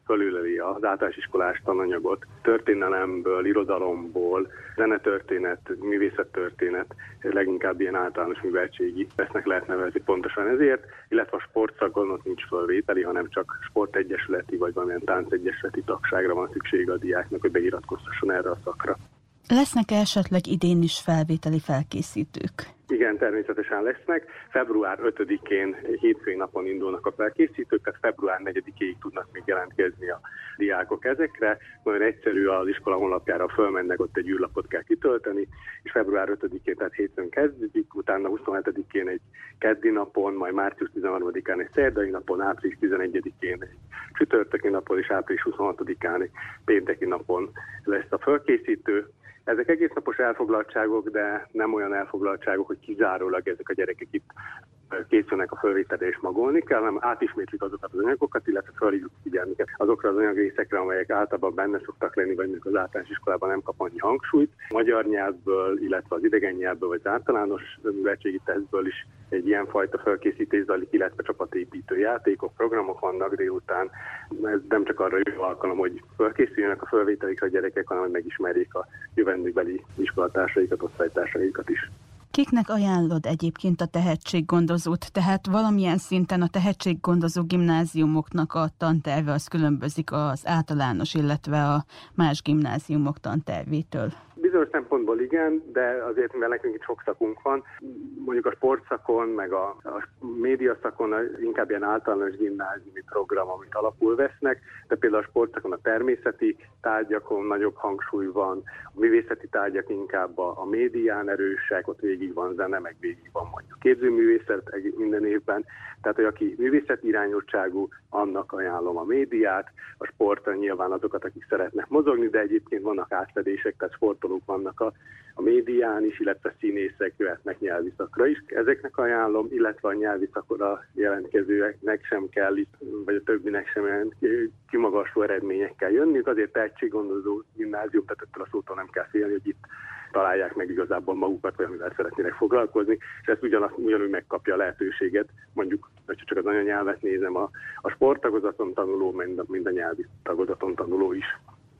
fölüleli az általános iskolás tananyagot történelemből, irodalomból, zenetörténet, művészettörténet, leginkább ilyen általános műveltségi lesznek lehet nevezni pontosan ezért, illetve a sportszakon ott nincs fölvételi, hanem csak sportegyesületi vagy valamilyen táncegyesületi tagságra van szüksége a diáknak, hogy beiratkoztasson erre a szakra. Lesznek esetleg idén is felvételi felkészítők? Igen, természetesen lesznek. február ötödikén hétfői napon indulnak a felkészítők, tehát február negyedikéig tudnak még jelentkezni a diákok ezekre. Nagyon egyszerű, az iskola honlapjára fölmennek, ott egy űrlapot kell kitölteni, és február ötödikén, tehát hétfőn kezdődik, utána huszonhetedikén egy keddi napon, majd március tizenharmadikán egy szerdai napon, április tizenegyedikén egy csütörtöki napon, és április huszonhatodikán egy pénteki napon lesz a felkészítő. Ezek egésznapos elfoglaltságok, de nem olyan elfoglaltságok, hogy kizárólag ezek a gyerekek itt készülnek a fölvételre és magolni kell, hanem átismétlik azokat az anyagokat, illetve felhívjuk figyelmüket azokra az anyagrészekre, amelyek általában benne szoktak lenni, vagy mondjuk az általános iskolában nem kap annyi hangsúlyt. Magyar nyelvből, illetve az idegen nyelvből, vagy az általános műveltségi tesztből is egy ilyenfajta felkészítés zajlik, illetve csapatépítő játékok, programok vannak délután. Ez nem csak arra jó alkalom, hogy felkészüljenek a fölvételikre a gyerekek, hanem hogy megismerjék a jövendőbeli iskolatársaikat, osztálytársaikat is. Kiknek ajánlod egyébként a tehetséggondozót? Tehát valamilyen szinten a tehetséggondozó gimnáziumoknak a tanterve az különbözik az általános, illetve a más gimnáziumok tantervétől. Bizonyos szempontból igen, de azért, mivel nekünk itt sok szakunk van, mondjuk a sportszakon, meg a, a médiaszakon inkább ilyen általános gimnáziumi program, amit alapul vesznek, de például a sportszakon a természeti tárgyakon nagyobb hangsúly van, a művészeti tárgyak inkább a, a médián erősek, ott végig van zene, meg végig van mondjuk képzőművészet minden évben, tehát hogy aki művészeti irányultságú, annak ajánlom a médiát, a sportra nyilván azokat, akik szeretnek mozogni, de egyébként vannak átfedések, tehát sportolók vannak a, a médián is, illetve színészek jöhetnek nyelvi szakra is. Ezeknek ajánlom, illetve a nyelvi szakra jelentkezőeknek sem kell, vagy a többinek sem olyan kimagasló eredményekkel jönniük. Azért tehetséggondozó gimnázium, tehát ettől a szótól nem kell félni, hogy itt találják meg igazából magukat, vagy amivel szeretnének foglalkozni, és ezt ugyanaz, ugyanúgy megkapja a lehetőséget, mondjuk, hogyha csak az anyanyelvet nézem, a, a sporttagozaton tanuló, mind a, mind a nyelvi tagozaton tanuló is.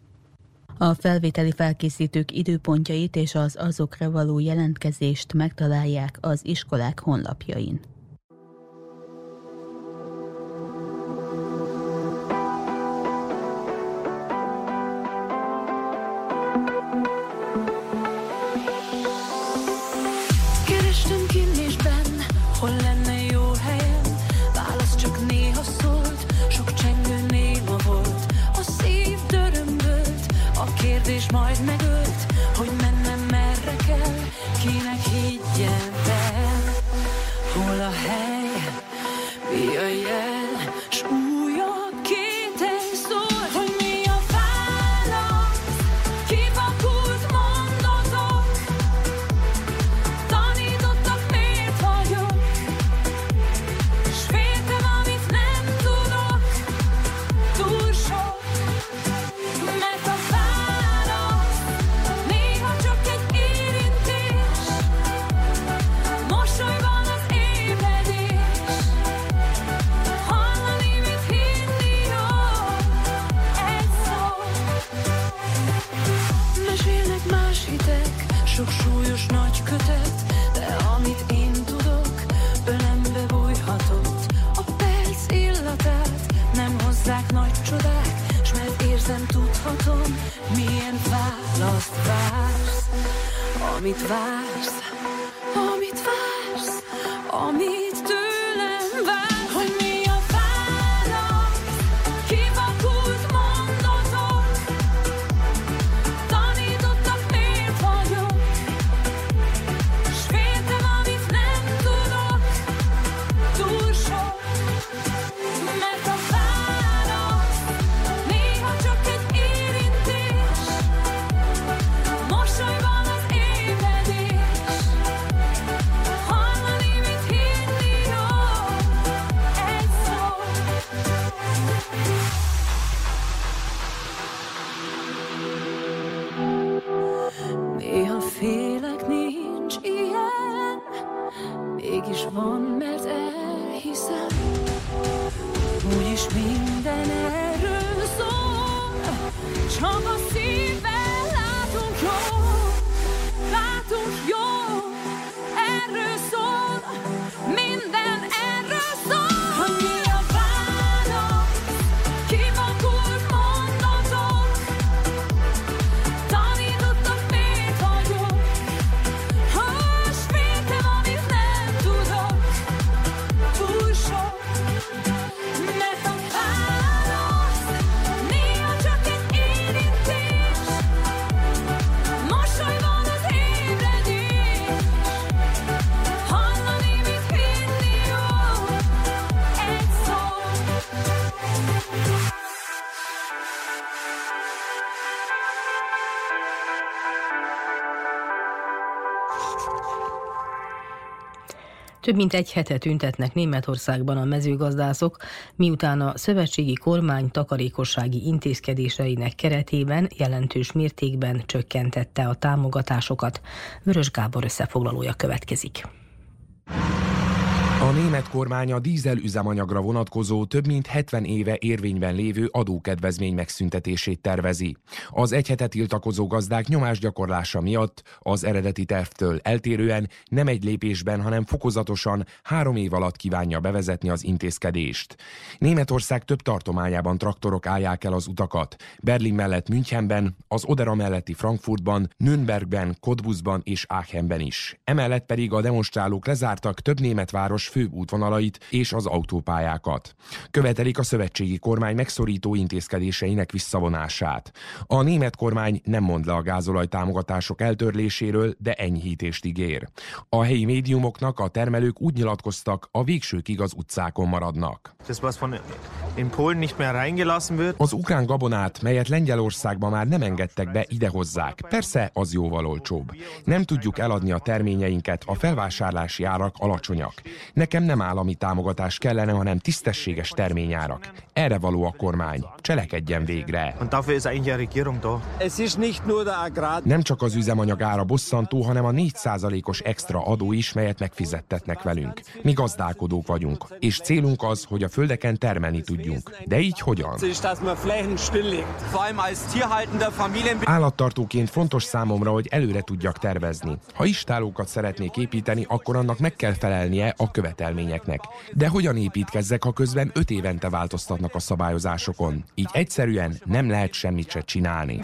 A felvételi felkészítők időpontjait és az azokra való jelentkezést megtalálják az iskolák honlapjain. Kerestem kinn és benn, hol lenne jó helyen, válasz csak néha szólt, sok csengő néma volt, a szív dörömbölt, a kérdés majd megölt, hogy mennem merre kell, kinek higgyen fel, hol a hely, mi a jel, s újabb kétel szól, hogy mi a válasz, kivakult mondatok, tanítottak miért vagyok, s féltem, amit nem tudok, túl sok, mert a válasz néha csak egy érintés, mosolyban az ébredés, hallani, mit hinni jó, egy szó. Mesélnek más hitek, sok súlyos nagy kötet, de amit én tudok, ölembe bújhatott. A perc illatát nem hozzák nagy csodák, s mert érzem, tudhatom, milyen választ vársz, amit vársz, amit vársz, amit tőlem vársz, hogy mi a válasz, kivakult mondatok, tanítottak miért vagyok, s féltem, amit nem tudok, túl sok, mert a válasz néha csak egy érintés, mosolyban az ébredés, hallani, mit hinni jó, egy szó. Néha félek, nincs ilyen, mégis van, mert elhiszem, úgyis minden erről szól. Több mint egy hete tüntetnek Németországban a mezőgazdászok, miután a szövetségi kormány takarékossági intézkedéseinek keretében jelentős mértékben csökkentette a támogatásokat. Vörös Gábor összefoglalója következik. A német kormány a dízel üzemanyagra vonatkozó több mint hetven éve érvényben lévő adókedvezmény megszüntetését tervezi. Az egy hete tiltakozó gazdák nyomásgyakorlása miatt az eredeti tervtől eltérően nem egy lépésben, hanem fokozatosan három év alatt kívánja bevezetni az intézkedést. Németország több tartományában traktorok állják el az utakat. Berlin mellett Münchenben, az Odera melletti Frankfurtban, Nürnbergben, Cottbusban és Aachenben is. Emellett pedig a demonstrálók lezártak több német város főbb útvonalait és az autópályákat. Követelik a szövetségi kormány megszorító intézkedéseinek visszavonását. A német kormány nem mond le a gázolaj támogatások eltörléséről, de enyhítést ígér. A helyi médiumoknak a termelők úgy nyilatkoztak, a végsőkig az utcákon maradnak. Az ukrán gabonát, melyet Lengyelországban már nem engedtek be, idehozzák. Persze, az jóval olcsóbb. Nem tudjuk eladni a terményeinket, a felvásárlási árak alacsonyak. Nekem nem állami támogatás kellene, hanem tisztességes terményárak. Erre való a kormány. Cselekedjen végre. Nem csak az üzemanyag ára bosszantó, hanem a négy százalékos extra adó is, melyet megfizettetnek velünk. Mi gazdálkodók vagyunk, és célunk az, hogy a földeken termelni tudjunk. De így hogyan? Állattartóként fontos számomra, hogy előre tudjak tervezni. Ha istállókat szeretnék építeni, akkor annak meg kell felelnie a követelményeknek. De hogyan építkezzek, ha közben öt évente változtatnak a szabályozásokon? Így egyszerűen nem lehet semmit se csinálni.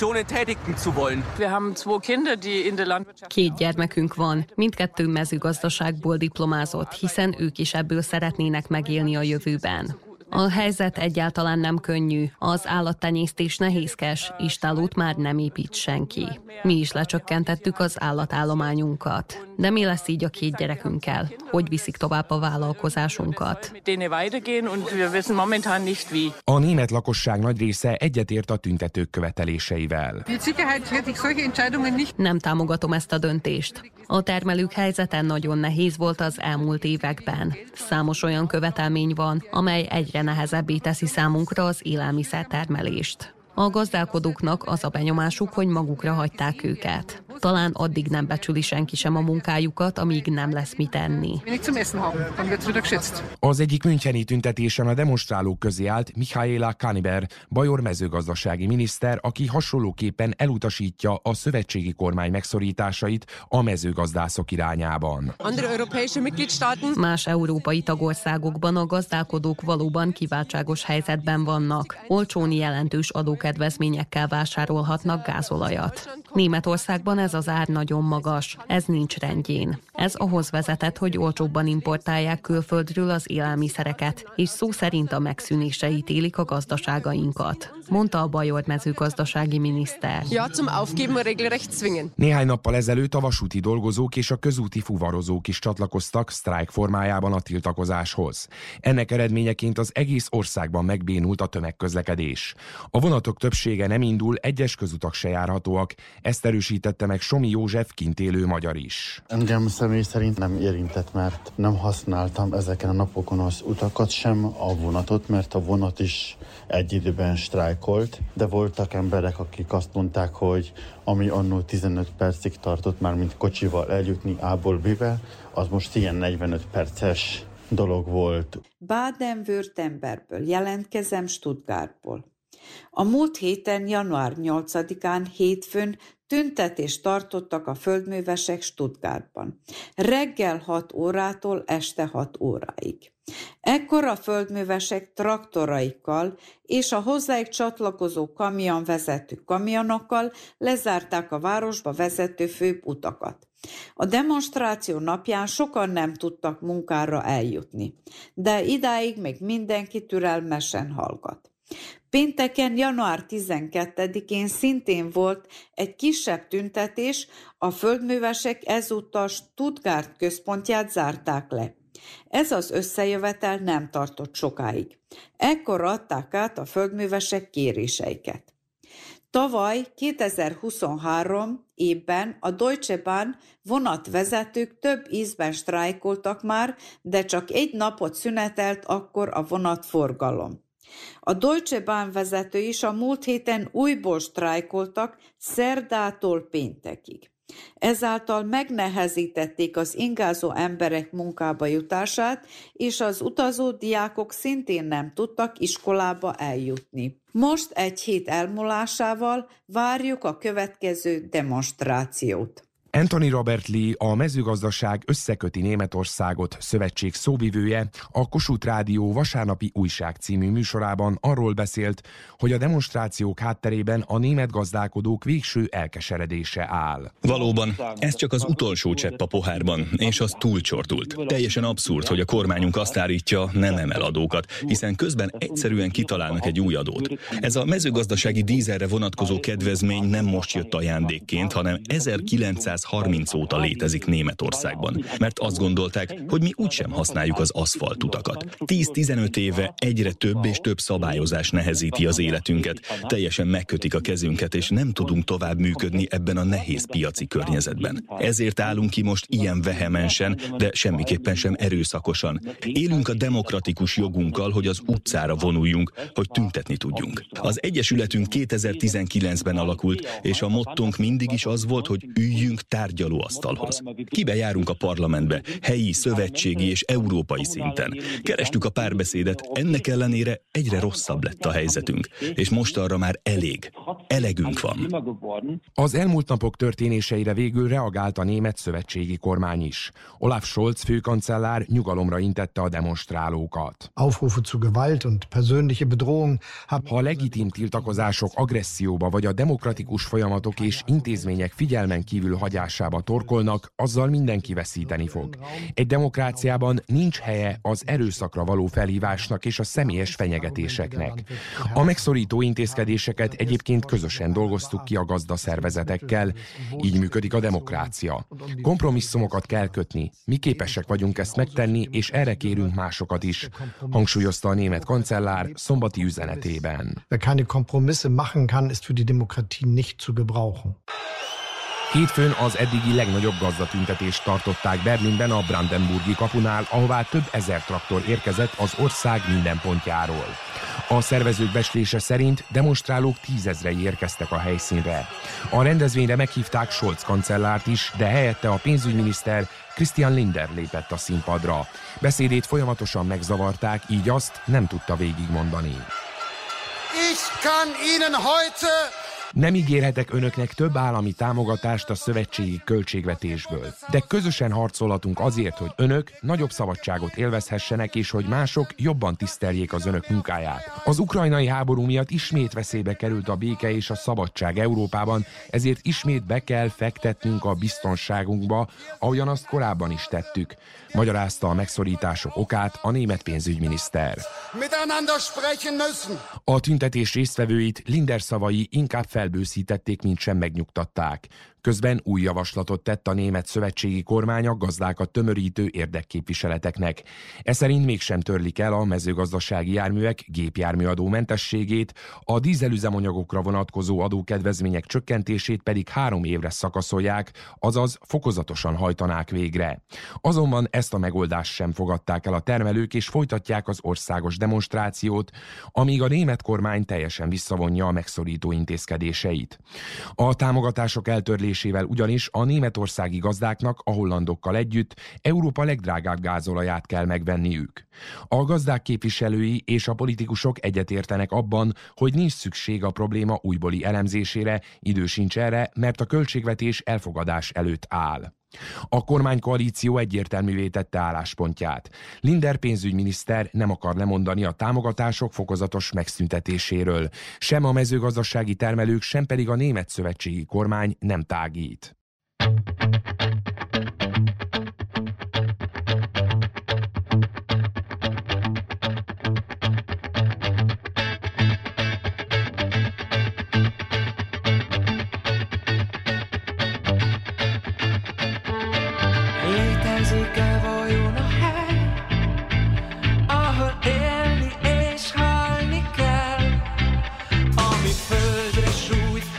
Két gyermekünk van, mindkettő mezőgazdaságból diplomázott, hiszen ők is ebből szeretnének megélni a jövőben. A helyzet egyáltalán nem könnyű, az állattenyésztés nehézkes, istállót már nem épít senki. Mi is lecsökkentettük az állatállományunkat. De mi lesz így a két gyerekünkkel? Hogy viszik tovább a vállalkozásunkat? A német lakosság nagy része egyetért a tüntetők követeléseivel. Nem támogatom ezt a döntést. A termelők helyzete nagyon nehéz volt az elmúlt években. Számos olyan követelmény van, amely egyre nehezebbé teszi számunkra az élelmiszertermelést. A gazdálkodóknak az a benyomásuk, hogy magukra hagyták őket. Talán addig nem becsüli senki sem a munkájukat, amíg nem lesz mit enni. Az egyik müncheni tüntetésen a demonstrálók közé állt Michaela Kaniber, bajor mezőgazdasági miniszter, aki hasonlóképpen elutasítja a szövetségi kormány megszorításait a mezőgazdászok irányában. Más európai tagországokban a gazdálkodók valóban kiváltságos helyzetben vannak. Olcsón jelentős adókedvezményekkel vásárolhatnak gázolajat. Németországban ez az ár nagyon magas, ez nincs rendjén. Ez ahhoz vezetett, hogy olcsóbban importálják külföldről az élelmiszereket, és szó szerint a megszűnésre ítélik a gazdaságainkat, mondta a bajor mezőgazdasági miniszter. Néhány nappal ezelőtt a vasúti dolgozók és a közúti fuvarozók is csatlakoztak sztrájk formájában a tiltakozáshoz. Ennek eredményeként az egész országban megbénult a tömegközlekedés. A vonatok többsége nem indul, egyes közutak se járhatóak, ezt erősítette meg Somi József kint élő magyar is. Engem személy szerint nem érintett, mert nem használtam ezeken a napokon az utakat sem, a vonatot, mert a vonat is egy időben sztrájkolt, de voltak emberek, akik azt mondták, hogy ami annó tizenöt percig tartott már, mint kocsival eljutni A-ból B-be, az most ilyen negyvenöt perces dolog volt. Baden-Württembergből jelentkezem, Stuttgartból. A múlt héten, január nyolcadikán, hétfőn tüntetést tartottak a földművesek Stuttgartban. Reggel hat órától este hat óráig. Ekkor a földművesek traktoraikkal és a hozzájuk csatlakozó kamionvezető kamionokkal lezárták a városba vezető főbb utakat. A demonstráció napján sokan nem tudtak munkára eljutni, de idáig még mindenki türelmesen hallgat. Pénteken, január tizenkettedikén szintén volt egy kisebb tüntetés, a földművesek ezúttal Stuttgart központját zárták le. Ez az összejövetel nem tartott sokáig. Ekkor adták át a földművesek kéréseiket. Tavaly kétezer-huszonhárom évben a Deutsche Bahn vonatvezetők több ízben sztrájkoltak már, de csak egy napot szünetelt akkor a vonatforgalom. A Deutsche Bahn vezető is a múlt héten újból sztrájkoltak szerdától péntekig. Ezáltal megnehezítették az ingázó emberek munkába jutását, és az utazó diákok szintén nem tudtak iskolába eljutni. Most egy hét elmúlásával várjuk a következő demonstrációt. Anthony Robert Lee, a Mezőgazdaság összeköti Németországot szövetség szóvivője, a Kossuth Rádió vasárnapi újság című műsorában arról beszélt, hogy a demonstrációk hátterében a német gazdálkodók végső elkeseredése áll. Valóban, ez csak az utolsó csepp a pohárban, és az túlcsordult. Teljesen abszurd, hogy a kormányunk azt állítja, nem emel adókat, hiszen közben egyszerűen kitalálnak egy új adót. Ez a mezőgazdasági dízelre vonatkozó kedvezmény nem most jött ajándékként, hanem ezerkilencszázharminc óta létezik Németországban, mert azt gondolták, hogy mi úgysem használjuk az aszfaltutakat. tíz-tizenöt éve egyre több és több szabályozás nehezíti az életünket, teljesen megkötik a kezünket, és nem tudunk tovább működni ebben a nehéz piaci környezetben. Ezért állunk ki most ilyen vehemensen, de semmiképpen sem erőszakosan. Élünk a demokratikus jogunkkal, hogy az utcára vonuljunk, hogy tüntetni tudjunk. Az Egyesületünk kétezer-tizenkilencben alakult, és a mottónk mindig is az volt, hogy üljünk tárgyalóasztalhoz. Kibe járunk a parlamentbe, helyi, szövetségi és európai szinten. Kerestük a párbeszédet, ennek ellenére egyre rosszabb lett a helyzetünk, és most arra már elég, elegünk van. Az elmúlt napok történéseire végül reagált a német szövetségi kormány is. Olaf Scholz főkancellár nyugalomra intette a demonstrálókat. Aufrufe zu Gewalt und persönliche Bedrohung. Ha a legitim tiltakozások agresszióba vagy a demokratikus folyamatok és intézmények figyelmen kívül hagyásába torkolnak, azzal mindenki veszíteni fog. Egy demokráciában nincs helye az erőszakra való felhívásnak és a személyes fenyegetéseknek. A megszorító intézkedéseket egyébként közösen dolgoztuk ki a gazdaszervezetekkel. Így működik a demokrácia. Kompromisszumokat kell kötni. Mi képesek vagyunk ezt megtenni, és erre kérünk másokat is, hangsúlyozta a német kancellár szombati üzenetében. Wer keine Kompromisse machen kann, ist für die Demokratie nicht zu gebrauchen. Hétfőn az eddigi legnagyobb gazdatüntetést tartották Berlinben a Brandenburgi kapunál, ahová több ezer traktor érkezett az ország minden pontjáról. A szervezők becslése szerint demonstrálók tízezrei érkeztek a helyszínre. A rendezvényre meghívták Scholz kancellárt is, de helyette a pénzügyminiszter Christian Lindner lépett a színpadra. Beszédét folyamatosan megzavarták, így azt nem tudta végigmondani. Ich kann Ihnen heute Nem ígérhetek önöknek több állami támogatást a szövetségi költségvetésből, de közösen harcolhatunk azért, hogy önök nagyobb szabadságot élvezhessenek, és hogy mások jobban tiszteljék az önök munkáját. Az ukrajnai háború miatt ismét veszélybe került a béke és a szabadság Európában, ezért ismét be kell fektetnünk a biztonságunkba, ahogyan azt korábban is tettük, magyarázta a megszorítások okát a német pénzügyminiszter. A tüntetés résztvevőit Lindner szavai inkább felbőszítették, mint sem megnyugtatták. Közben új javaslatot tett a német szövetségi kormány a gazdákat tömörítő érdekképviseleteknek. Ez szerint mégsem törlik el a mezőgazdasági járművek gépjárműadó mentességét, a dízelüzemanyagokra vonatkozó adókedvezmények csökkentését pedig három évre szakaszolják, azaz fokozatosan hajtanák végre. Azonban ezt a megoldást sem fogadták el a termelők, és folytatják az országos demonstrációt, amíg a német kormány teljesen visszavonja a megszorító intézkedéseit. A támogatások eltörlésével ugyanis a németországi gazdáknak a hollandokkal együtt Európa legdrágább gázolaját kell megvenniük. A gazdák képviselői és a politikusok egyetértenek abban, hogy nincs szükség a probléma újbóli elemzésére, idő sincs erre, mert a költségvetés elfogadás előtt áll. A kormánykoalíció egyértelművé tette álláspontját. Lindner pénzügyminiszter nem akar lemondani a támogatások fokozatos megszüntetéséről. Sem a mezőgazdasági termelők, sem pedig a német szövetségi kormány nem tágít. Létezik-e vajon a hely, ahol élni és halni kell, ami földre sújt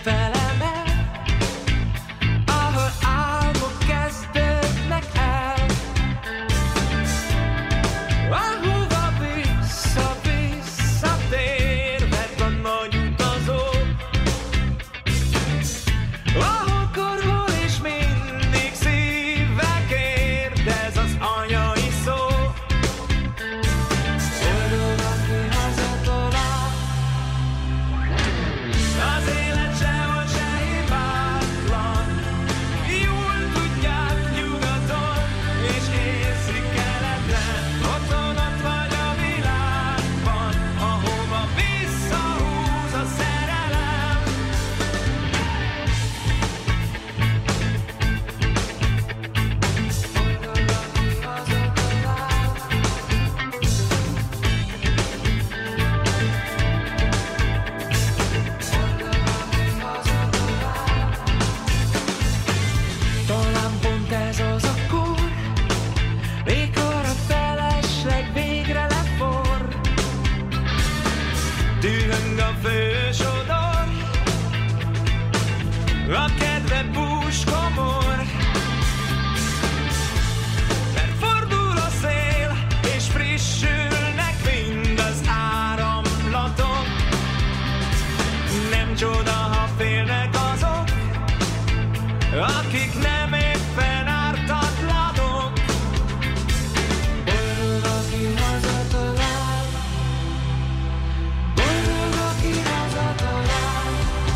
te búskomor. Mert fordul a szél, és frissülnek mind az áramlatok. Nem csoda, ha félnek azok, akik nem éppen ártatlanok. Boldog, aki hazatalál, boldog, aki hazatalál.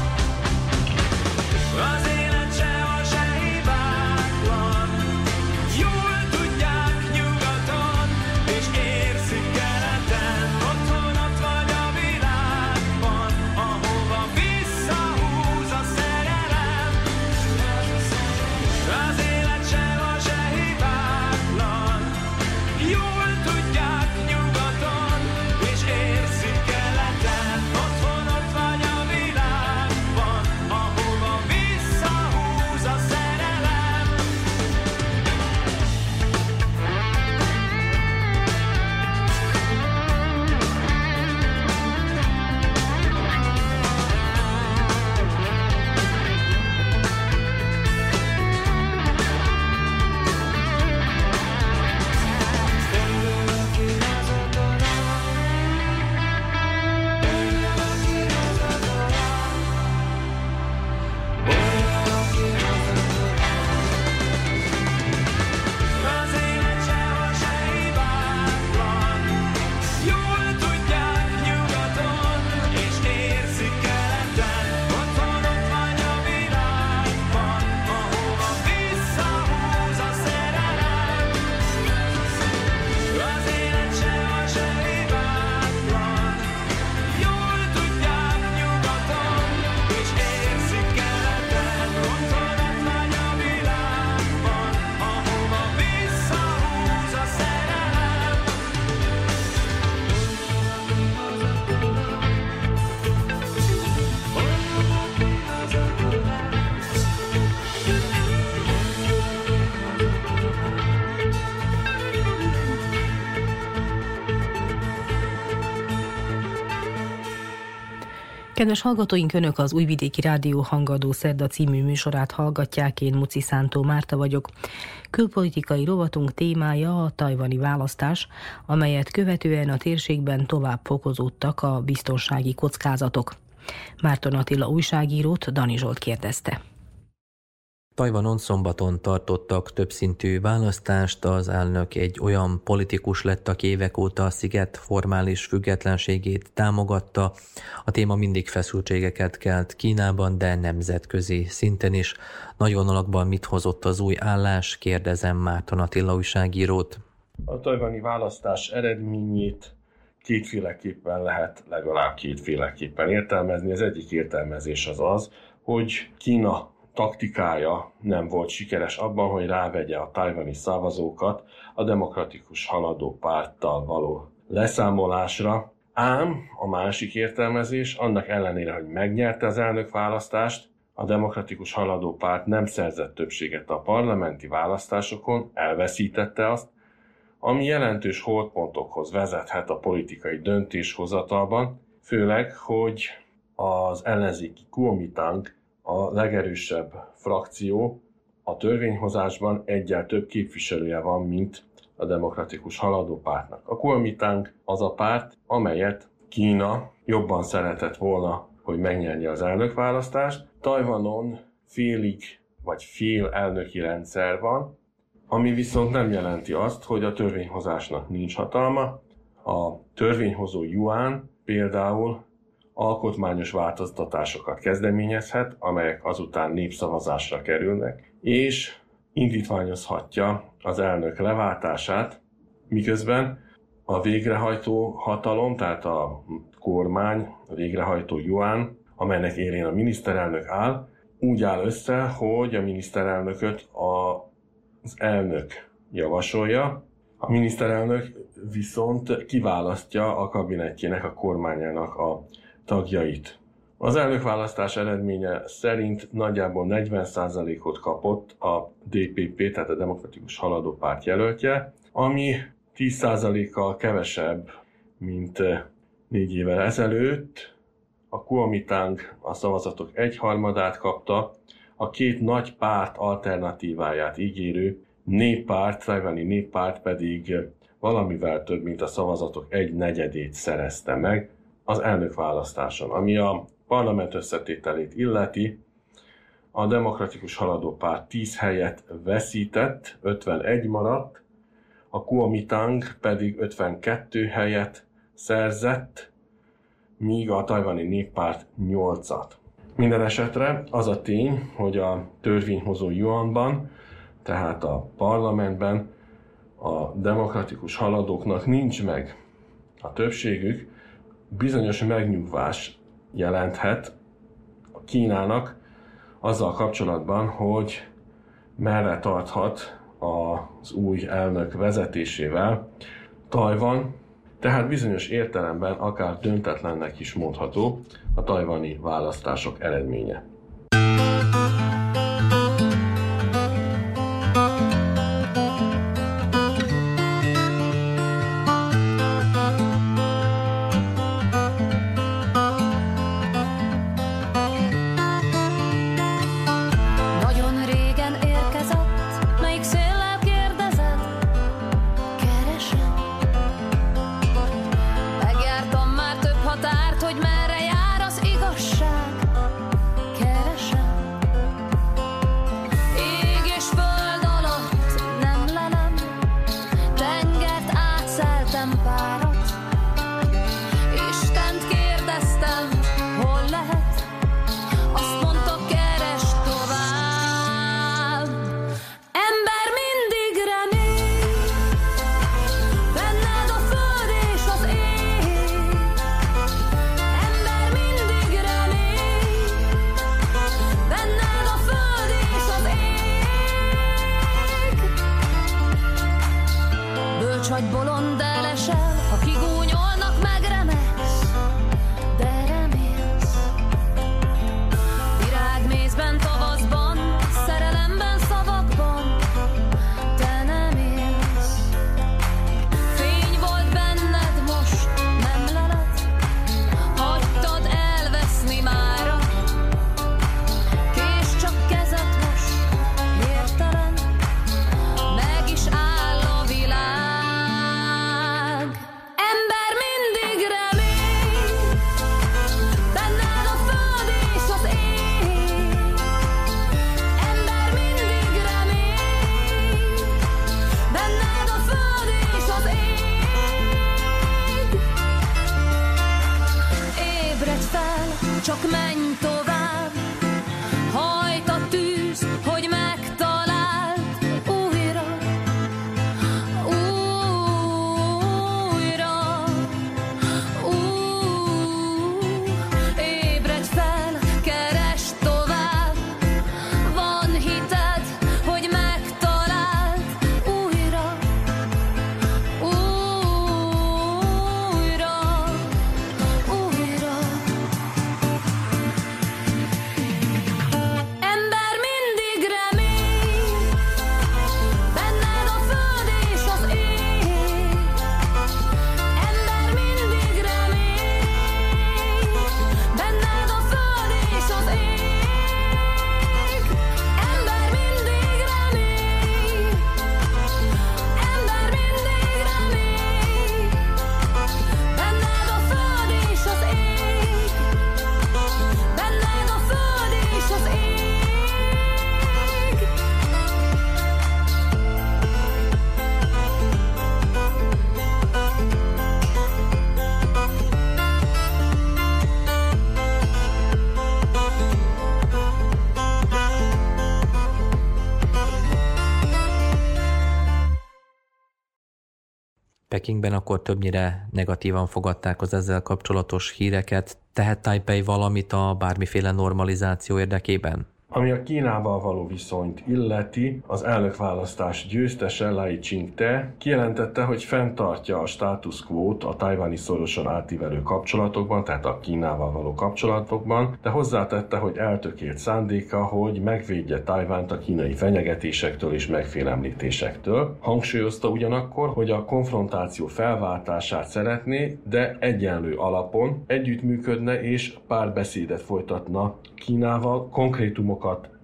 Az élet sehol se hibátlan, jól tudják nyugaton, és érzik keleten. Otthon ott vagy a világban, ahova visszahúz a szerelem. Az élet sehol se hibátlan, jól tudják nyugaton, és érzik keleten. Otthon ott vagy a világban, ahova visszahúz a szerelem. Az élet sehol se hibátlan, jól tudják nyugaton, és érzik keleten. Otthon ott vagy a világban, ahova visszahúz a szerelem. Az élet sehol se hibátlan, jól tudják nyugaton, és érzik keleten. Otthon ott vagy a világban, ahova visszahúz a szerelem. Kedves hallgatóink, Önök az Újvidéki Rádió Hangadó Szerda című műsorát hallgatják, én Muci Szántó Márta vagyok. Külpolitikai rovatunk témája a tajvani választás, amelyet követően a térségben tovább fokozódtak a biztonsági kockázatok. Márton Attila újságírót Dani Zsolt kérdezte. Tajvanon szombaton tartottak többszintű választást, az elnök egy olyan politikus lett, aki évek óta a sziget formális függetlenségét támogatta. A téma mindig feszültségeket kelt Kínában, de nemzetközi szinten is. Nagy vonalakban mit hozott az új állás? Kérdezem Márton Attila újságírót. A tajvani választás eredményét kétféleképpen lehet legalább kétféleképpen értelmezni. Az egyik értelmezés az az, hogy Kína taktikája nem volt sikeres abban, hogy rávegye a tajvani szavazókat a demokratikus haladó párttal való leszámolásra. Ám a másik értelmezés, annak ellenére, hogy megnyerte az elnökválasztást, a demokratikus haladó párt nem szerzett többséget a parlamenti választásokon, elveszítette azt, ami jelentős holdpontokhoz vezethet a politikai döntéshozatalban, főleg, hogy az ellenzéki Kuomintang, a legerősebb frakció, a törvényhozásban egyel több képviselője van, mint a demokratikus haladó pártnak. A Kuomintang az a párt, amelyet Kína jobban szeretett volna, hogy megnyerje az elnökválasztást. Tajvanon félig vagy fél elnöki rendszer van, ami viszont nem jelenti azt, hogy a törvényhozásnak nincs hatalma. A törvényhozó Yuan például alkotmányos változtatásokat kezdeményezhet, amelyek azután népszavazásra kerülnek, és indítványozhatja az elnök leváltását, miközben a végrehajtó hatalom, tehát a kormány, a végrehajtó Yuan, amelynek élén a miniszterelnök áll, úgy áll össze, hogy a miniszterelnököt az elnök javasolja, a miniszterelnök viszont kiválasztja a kabinetjének, a kormányának a tagjait. Az elnökválasztás eredménye szerint nagyjából negyven százalékot kapott a dé pé pé, tehát a Demokratikus Haladó Párt jelöltje, ami tíz százalékkal kevesebb, mint négy évvel ezelőtt. A Kuomintang a szavazatok egyharmadát kapta, a két nagy párt alternatíváját ígérő néppárt, tajvani néppárt pedig valamivel több, mint a szavazatok egy negyedét szerezte meg az elnökválasztáson. Ami a parlament összetételét illeti, a Demokratikus Haladó Párt tíz helyet veszített, ötvenegy maradt, a Kuomintang pedig ötvenkettő helyet szerzett, míg a tajvani néppárt nyolcat. Minden esetre az a tény, hogy a törvényhozó Yuanban, tehát a parlamentben a demokratikus haladóknak nincs meg a többségük, bizonyos megnyugvás jelenthet a Kínának azzal kapcsolatban, hogy merre tarthat az új elnök vezetésével Tajvan, tehát bizonyos értelemben akár döntetlennek is mondható a tajvani választások eredménye. Pekingben akkor többnyire negatívan fogadták az ezzel kapcsolatos híreket. Tehet Tajpej valamit a bármiféle normalizáció érdekében? Ami a Kínával való viszonyt illeti, az elnökválasztás győztese Lai Ching-te kijelentette, hogy fenntartja a status quót a tajvani szorosan átívelő kapcsolatokban, tehát a Kínával való kapcsolatokban, de hozzátette, hogy eltökélt szándéka, hogy megvédje Tajvánt a kínai fenyegetésektől és megfélemlítésektől. Hangsúlyozta ugyanakkor, hogy a konfrontáció felváltását szeretné, de egyenlő alapon együttműködne és párbeszédet folytatna Kínával, konkrétumokat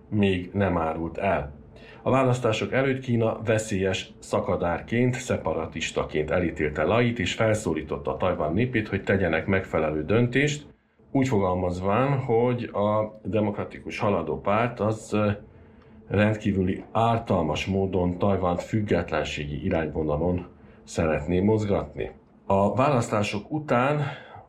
még nem árult el. A választások előtt Kína veszélyes szakadárként, szeparatistaként elítélte Lait, és felszólította a Tajvan népét, hogy tegyenek megfelelő döntést, úgy fogalmazván, hogy a Demokratikus Haladó Párt az rendkívüli ártalmas módon Tajvan függetlenségi irányvonalon szeretné mozgatni. A választások után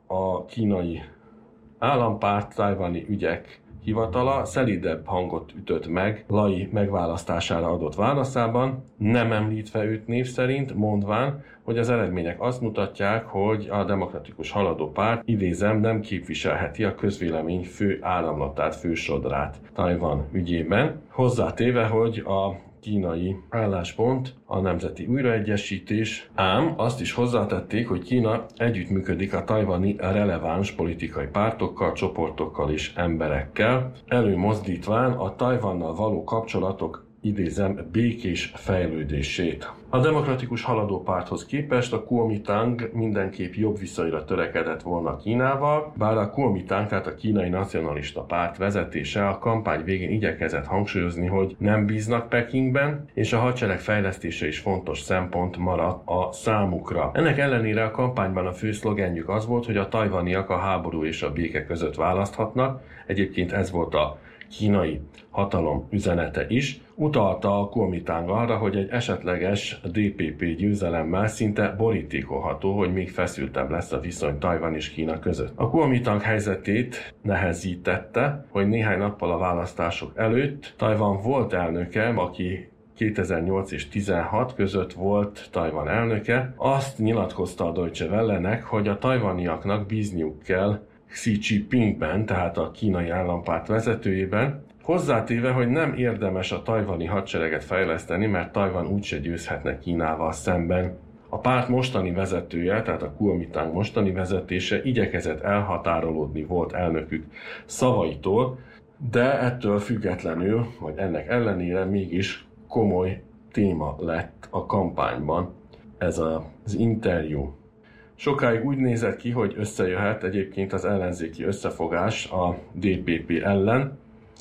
a kínai állampárt tajvani ügyek hivatala szelídebb hangot ütött meg Lai megválasztására adott válaszában, nem említve őt név szerint, mondván, hogy az eredmények azt mutatják, hogy a Demokratikus Haladó Párt, idézem, nem képviselheti a közvélemény fő áramlatát, fősodrát Tajvan ügyében. Hozzátéve, hogy a kínai álláspont a nemzeti újraegyesítés, ám azt is hozzátették, hogy Kína együttműködik a tajvani releváns politikai pártokkal, csoportokkal és emberekkel, előmozdítván a Tajvannal való kapcsolatok, idézem, békés fejlődését. A Demokratikus Haladó Párthoz képest a Kuomintang mindenképp jobb viszonyra törekedett volna Kínával, bár a Kuomintang, tehát a kínai nacionalista párt vezetése a kampány végén igyekezett hangsúlyozni, hogy nem bíznak Pekingben, és a hadsereg fejlesztése is fontos szempont maradt a számukra. Ennek ellenére a kampányban a fő szlogenjük az volt, hogy a tajvaniak a háború és a béke között választhatnak, egyébként ez volt a kínai hatalom üzenete is. Utalta a Kuomintang arra, hogy egy esetleges dé pé pé győzelemmel szinte borítékolható, hogy még feszültebb lesz a viszony Tajvan és Kína között. A Kuomintang helyzetét nehezítette, hogy néhány nappal a választások előtt Tajvan volt elnöke, aki kétezer-nyolc és tizenhat között volt Tajvan elnöke, azt nyilatkozta a Deutsche Welle-nek, hogy a tajvaniaknak bízniuk kell Xi Jinpingben, tehát a kínai állampárt vezetőjében, hozzátéve, hogy nem érdemes a tajvani hadsereget fejleszteni, mert Tajvan úgyse győzhetne Kínával szemben. A párt mostani vezetője, tehát a Kuomintang mostani vezetése igyekezett elhatárolódni volt elnökük szavaitól, de ettől függetlenül, vagy ennek ellenére mégis komoly téma lett a kampányban ez az interjú. Sokáig úgy nézett ki, hogy összejöhet egyébként az ellenzéki összefogás a dé pé pé ellen,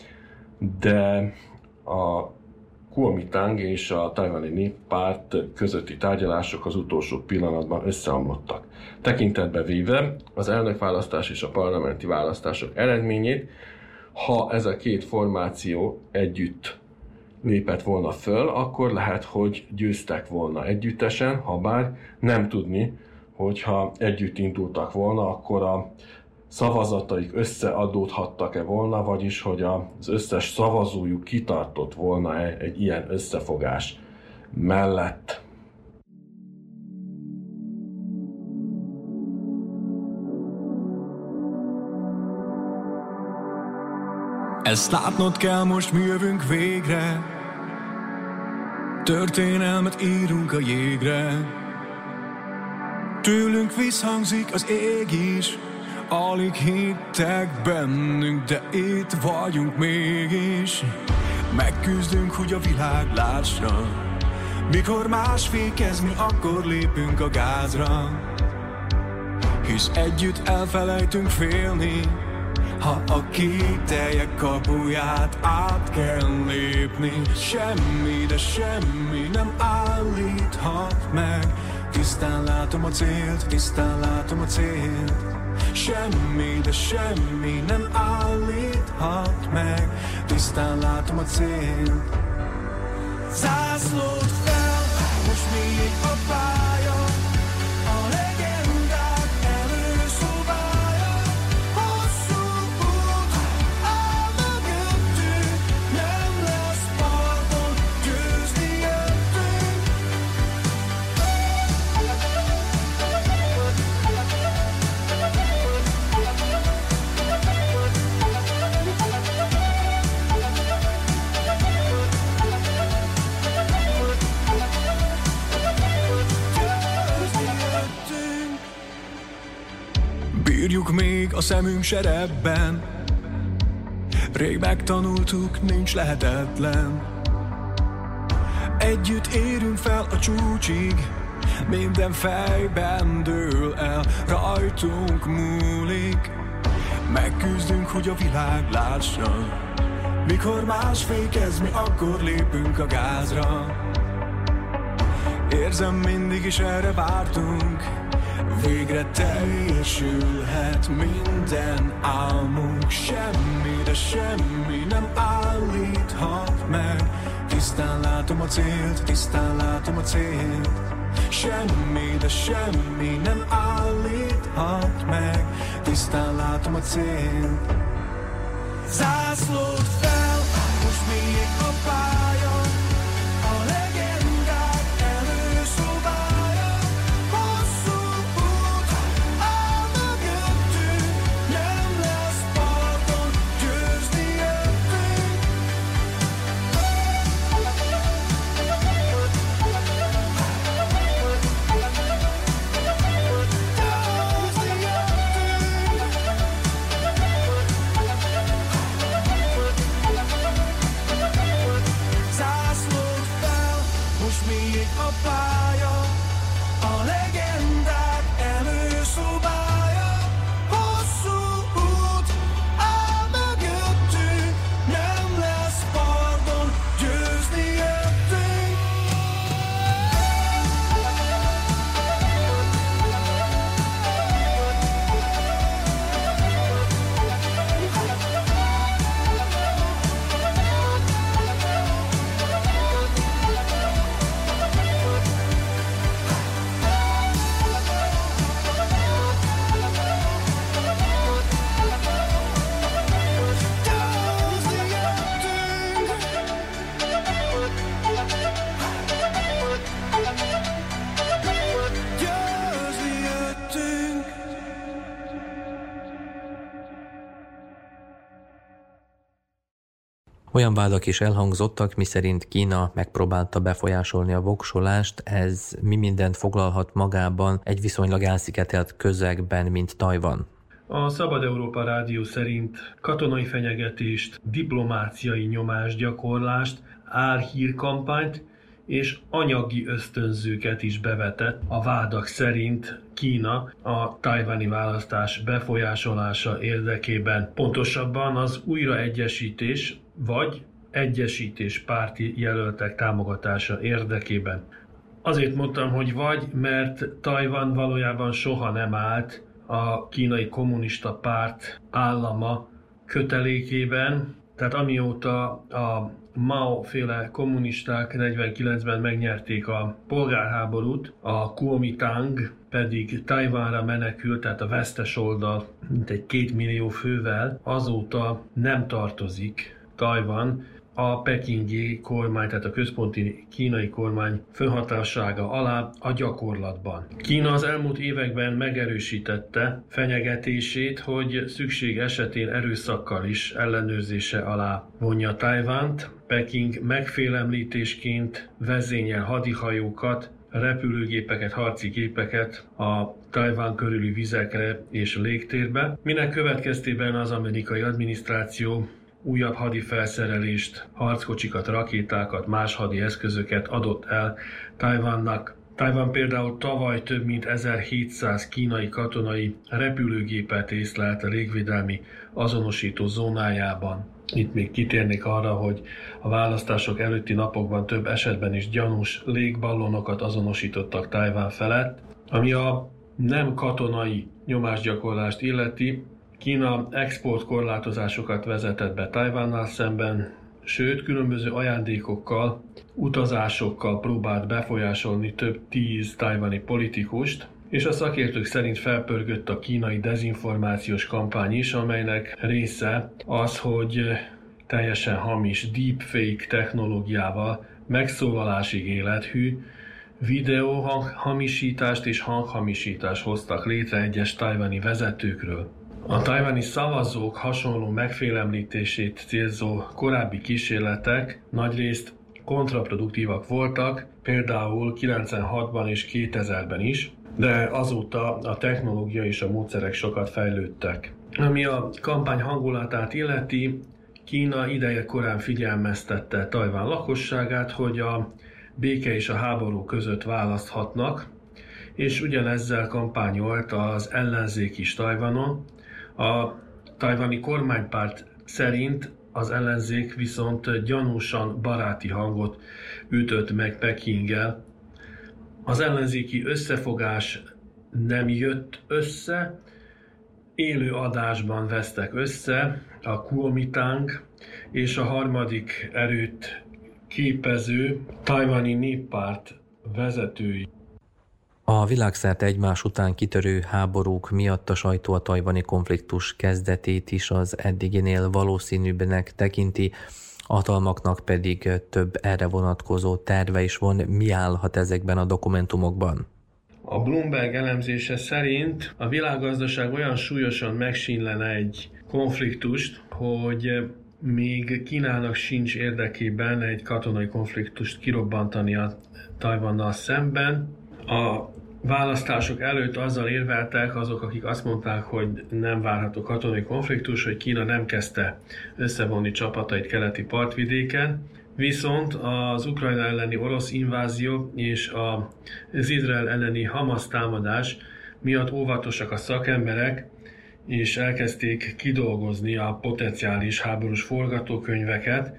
de a Kuomintang és a tajvani néppárt közötti tárgyalások az utolsó pillanatban összeomlottak. Tekintetbe véve az elnökválasztás és a parlamenti választások eredményét, ha ez a két formáció együtt lépett volna föl, akkor lehet, hogy győztek volna együttesen, habár nem tudni, hogyha együtt indultak volna, akkor a szavazataik összeadódhattak-e volna, vagyis hogy az összes szavazójuk kitartott volna egy ilyen összefogás mellett. Ezt látnod kell, most mi jövünk végre, történelmet írunk a jégre. Tőlünk visszhangzik az ég is, alig hittek bennünk, de itt vagyunk mégis. Megküzdünk, hogy a világ lássa, mikor más fékezni, akkor lépünk a gázra. Hisz együtt elfelejtünk félni, ha a kételyek kapuját át kell lépni. Semmi, de semmi nem állíthat meg. Tisztán látom a célt, tisztán látom a célt. Semmi, de semmi nem állíthat meg. Tisztán látom a célt. Zászlót fel, most még a pálya, a legendák előszobája. Hosszú út áll mögöttünk, nem lesz pardon, győzni jöttünk. Bírjuk még a szemünk serebben, rég megtanultuk, nincs lehetetlen. Együtt érünk fel a csúcsig, minden fejben dől el, rajtunk múlik. Megküzdünk, hogy a világ lássa, Mikor másfél kezd, mi akkor lépünk a gázra. Érzem, mindig is erre vártunk. Végre teljesülhet minden álmunk. Semmi, de semmi nem állíthat meg. Tisztán látom a célt, tisztán látom a célt. Semmi, de semmi nem állíthat meg. Tisztán látom a célt. Zászlót fel, most még a pálya. A legendák előszobája. Hosszú út áll mögöttünk. Nem lesz pardon, győzni jöttünk. A pálya, a legendák előszobája. Hosszú út áll mögöttünk. Nem lesz pardon, győzni jöttünk. Olyan vádak is elhangzottak, miszerint Kína megpróbálta befolyásolni a voksolást, ez mi mindent foglalhat magában egy viszonylag elszigetelt közegben, mint Tajvan? A Szabad Európa Rádió szerint katonai fenyegetést, diplomáciai nyomásgyakorlást, álhírkampányt és anyagi ösztönzőket is bevetett. A vádak szerint Kína a tajvani választás befolyásolása érdekében, pontosabban az újraegyesítés vagy egyesítés párti jelöltek támogatása érdekében. Azért mondtam, hogy vagy, mert Tajvan valójában soha nem állt a kínai kommunista párt állama kötelékében, tehát amióta a Mao-féle kommunisták negyvenkilencben megnyerték a polgárháborút, a Kuomintang pedig Tajvanra menekült, tehát a vesztes oldal mintegy két millió fővel, azóta nem tartozik Tajvan a pekingi kormány, tehát a központi kínai kormány fennhatósága alá a gyakorlatban. Kína az elmúlt években megerősítette fenyegetését, hogy szükség esetén erőszakkal is ellenőrzése alá vonja Tajvant. Peking megfélemlítésként vezényel hadihajókat, repülőgépeket, harci gépeket a Tajvan körüli vizekre és légtérbe, minek következtében az amerikai adminisztráció újabb hadi felszerelést, harckocsikat, rakétákat, más hadi eszközöket adott el Tajvannak. Tajvan például tavaly több mint ezerhétszáz kínai katonai repülőgépet észlelt a légvédelmi azonosító zónájában. Itt még kitérnék arra, hogy a választások előtti napokban több esetben is gyanús légballonokat azonosítottak Tajvan felett, ami a nem katonai nyomásgyakorlást illeti. Kína exportkorlátozásokat vezetett be Tajvannal szemben, sőt, különböző ajándékokkal, utazásokkal próbált befolyásolni több tíz tajvani politikust, és a szakértők szerint felpörgött a kínai dezinformációs kampány is, amelynek része az, hogy teljesen hamis deepfake technológiával megszólalásig élethű videó hamisítást és hanghamisítást hoztak létre egyes tajvani vezetőkről. A tajvani szavazók hasonló megfélemlítését célzó korábbi kísérletek nagyrészt kontraproduktívak voltak, például kilencvenhatban és kétezerben is, de azóta a technológia és a módszerek sokat fejlődtek. Ami a kampány hangulatát illeti, Kína ideje korán figyelmeztette Tajvan lakosságát, hogy a béke és a háború között választhatnak, és ugyanezzel kampányolt az ellenzék is Tajvanon. A tajvani kormánypárt szerint az ellenzék viszont gyanúsan baráti hangot ütött meg Pekinggel. Az ellenzéki összefogás nem jött össze, élő adásban vesztek össze a Kuomintang és a harmadik erőt képező Tajvani Néppárt vezetői. A világszerte egymás után kitörő háborúk miatt a sajtó a tajvani konfliktus kezdetét is az eddiginél valószínűbbnek tekinti, a hatalmaknak pedig több erre vonatkozó terve is van. Mi állhat ezekben a dokumentumokban? A Bloomberg elemzése szerint a világgazdaság olyan súlyosan megsínlene egy konfliktust, hogy még Kínának sincs érdekében egy katonai konfliktust kirobbantani a Tajvannal szemben. A választások előtt azzal érveltek azok, akik azt mondták, hogy nem várható katonai konfliktus, hogy Kína nem kezdte összevonni csapatait keleti partvidéken, viszont az Ukrajna elleni orosz invázió és az Izrael elleni Hamas támadás miatt óvatosak a szakemberek, és elkezdték kidolgozni a potenciális háborús forgatókönyveket.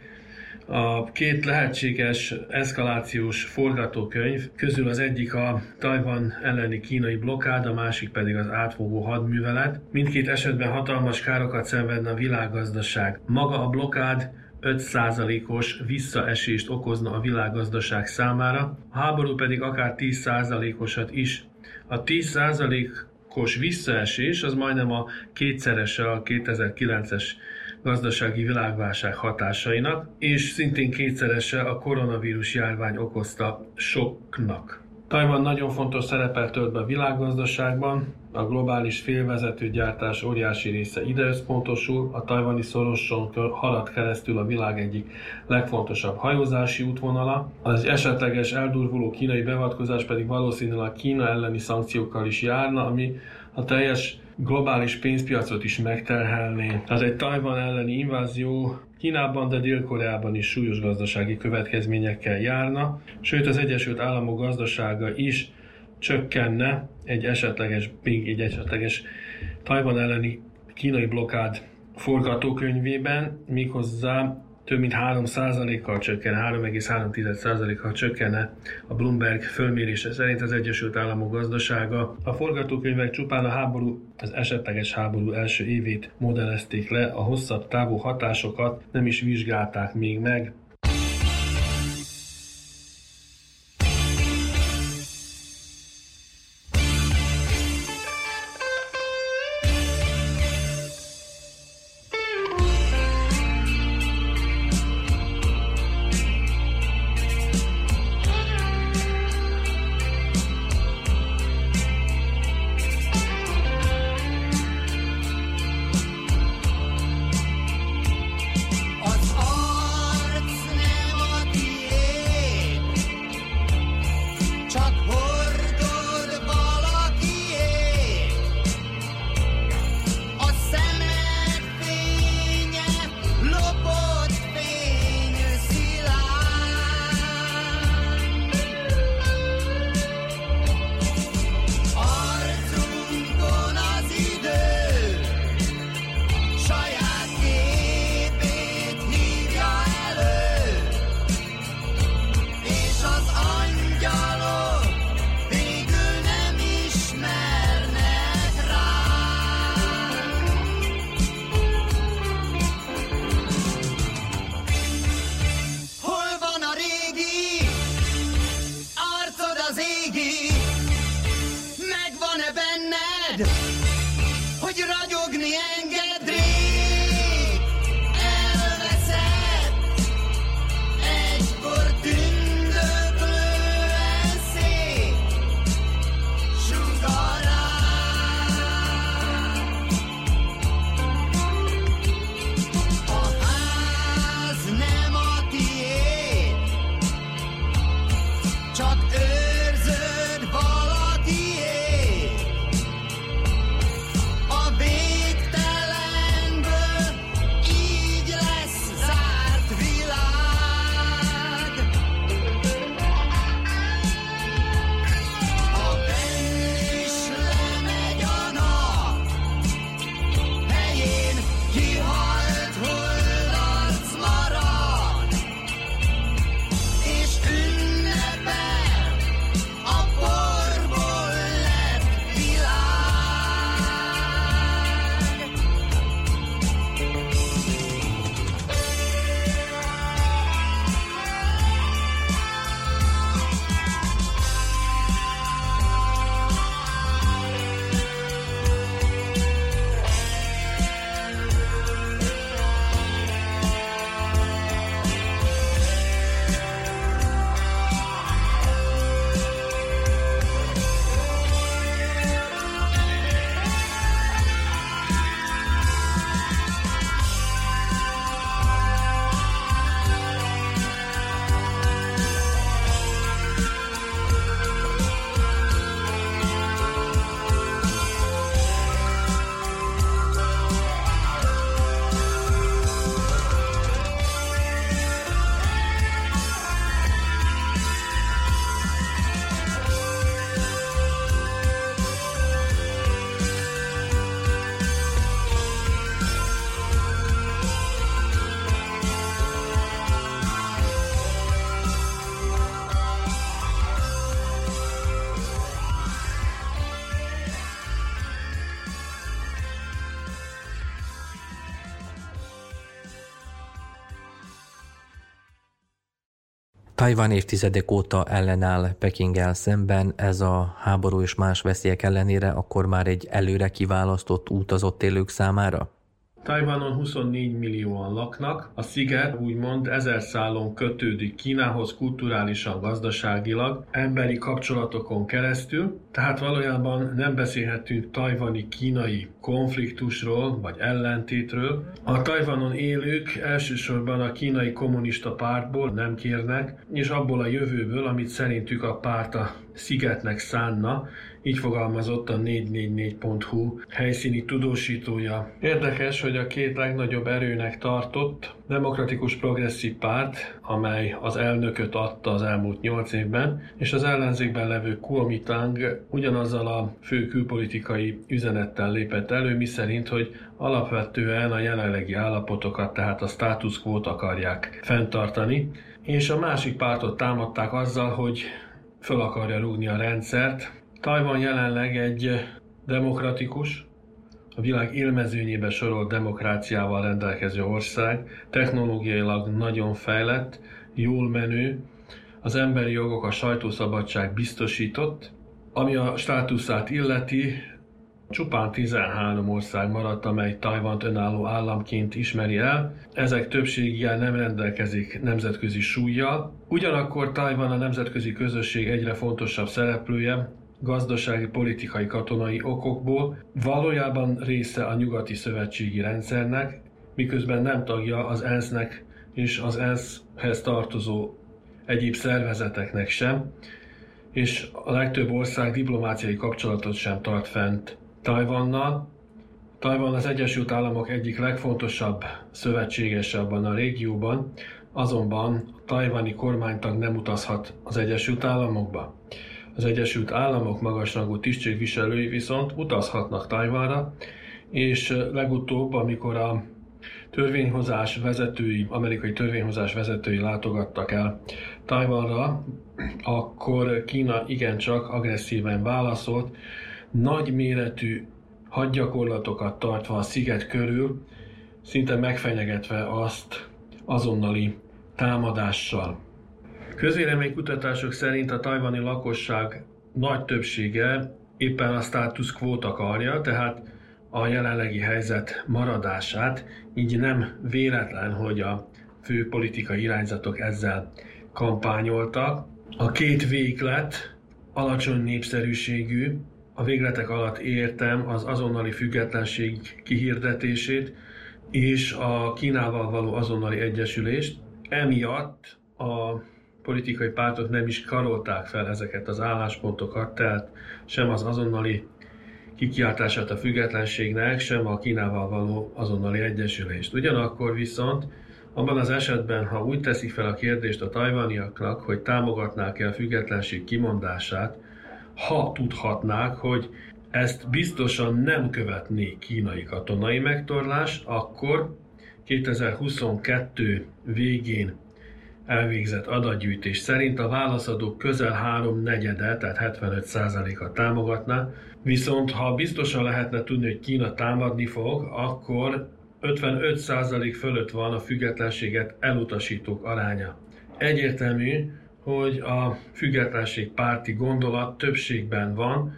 A két lehetséges eszkalációs forgatókönyv közül az egyik a Tajvan elleni kínai blokkád, a másik pedig az átfogó hadművelet. Mindkét esetben hatalmas károkat szenvedne a világgazdaság. Maga a blokkád öt százalékos visszaesést okozna a világgazdaság számára, a háború pedig akár tíz százalékosat is. A tíz százalékos visszaesés az majdnem a kétszerese a kétezer-kilences gazdasági világválság hatásainak, és szintén kétszerese a koronavírus járvány okozta sokknak. Tajvan nagyon fontos szerepet tölt be a világgazdaságban, a globális félvezetőgyártás óriási része ide összpontosul, a tajvani szoroson halad keresztül a világ egyik legfontosabb hajózási útvonala, az esetleges eldurvuló kínai beavatkozás pedig valószínűleg Kína elleni szankciókkal is járna, ami a teljes globális pénzpiacot is megterhelné. Tehát egy Tajvan elleni invázió Kínában, de Dél-Koreában is súlyos gazdasági következményekkel járna, sőt az Egyesült Államok gazdasága is csökkenne egy esetleges, még egy esetleges Tajvan elleni kínai blokkád forgatókönyvében, méghozzá több mint három százalékkal csökkenne, három egész három százalékkal csökkenne a Bloomberg fölmérése szerint az Egyesült Államok gazdasága. A forgatókönyvek csupán a háború, az esetleges háború első évét modellezték le, a hosszabb távú hatásokat nem is vizsgálták még meg. Az arc Tajvan évtizedek óta ellenáll Pekinggel szemben, ez a háború és más veszélyek ellenére akkor már egy előre kiválasztott út az ott élők számára? Tajvanon huszonnégy millióan laknak, a sziget úgymond ezer szálon kötődik Kínához kulturálisan, gazdaságilag, emberi kapcsolatokon keresztül, tehát valójában nem beszélhetünk tajvani-kínai konfliktusról vagy ellentétről. A Tajvanon élők elsősorban a kínai kommunista pártból nem kérnek, és abból a jövőből, amit szerintük a párt a szigetnek szánna, így fogalmazott a négy négy négy pont hu helyszíni tudósítója. Érdekes, hogy a két legnagyobb erőnek tartott demokratikus progresszív párt, amely az elnököt adta az elmúlt nyolc évben, és az ellenzékben levő Kuomintang ugyanazzal a fő külpolitikai üzenettel lépett elő, miszerint, hogy alapvetően a jelenlegi állapotokat, tehát a status quót akarják fenntartani, és a másik pártot támadták azzal, hogy föl akarja rúgni a rendszert. Tajvan jelenleg egy demokratikus, a világ élmezőnyébe sorolt demokráciával rendelkező ország, technológiailag nagyon fejlett, jól menő, az emberi jogok, a sajtószabadság biztosított, ami a státuszát illeti, csupán tizenhárom ország maradt, amely Tajvant önálló államként ismeri el. Ezek többséggel nem rendelkezik nemzetközi súllyal. Ugyanakkor Tajvan a nemzetközi közösség egyre fontosabb szereplője, gazdasági, politikai, katonai okokból, valójában része a nyugati szövetségi rendszernek, miközben nem tagja az ENSZ-nek és az ENSZ-hez tartozó egyéb szervezeteknek sem, és a legtöbb ország diplomáciai kapcsolatot sem tart fent Tajvannal. Tajvan az Egyesült Államok egyik legfontosabb szövetségese abban a régióban, azonban a tajvani kormánytag nem utazhat az Egyesült Államokba. Az Egyesült Államok magasrangú tisztségviselői viszont utazhatnak Tajvanra, és legutóbb, amikor a törvényhozás vezetői, amerikai törvényhozás vezetői látogattak el Tajvanra, akkor Kína igencsak agresszíven válaszolt, nagy méretű hadgyakorlatokat tartva a sziget körül, szinte megfenyegetve azt azonnali támadással. Közvéleménykutatások szerint a tajvani lakosság nagy többsége éppen a status quót akarja, tehát a jelenlegi helyzet maradását, így nem véletlen, hogy a fő politikai irányzatok ezzel kampányoltak. A két véglet alacsony népszerűségű, a végletek alatt értem az azonnali függetlenség kihirdetését és a Kínával való azonnali egyesülést. Emiatt a politikai pártok nem is karolták fel ezeket az álláspontokat, tehát sem az azonnali kikiáltását a függetlenségnek, sem a Kínával való azonnali egyesülést. Ugyanakkor viszont abban az esetben, ha úgy teszik fel a kérdést a tajvaniaknak, hogy támogatnák-e a függetlenség kimondását, ha tudhatnák, hogy ezt biztosan nem követné kínai katonai megtorlás, akkor kétezer-huszonkettő végén elvégzett adatgyűjtés szerint a válaszadók közel háromnegyede, tehát hetvenöt százaléka támogatná, viszont ha biztosan lehetne tudni, hogy Kína támadni fog, akkor ötvenöt százalék fölött van a függetlenséget elutasítók aránya. Egyértelmű, hogy a függetlenség párti gondolat többségben van,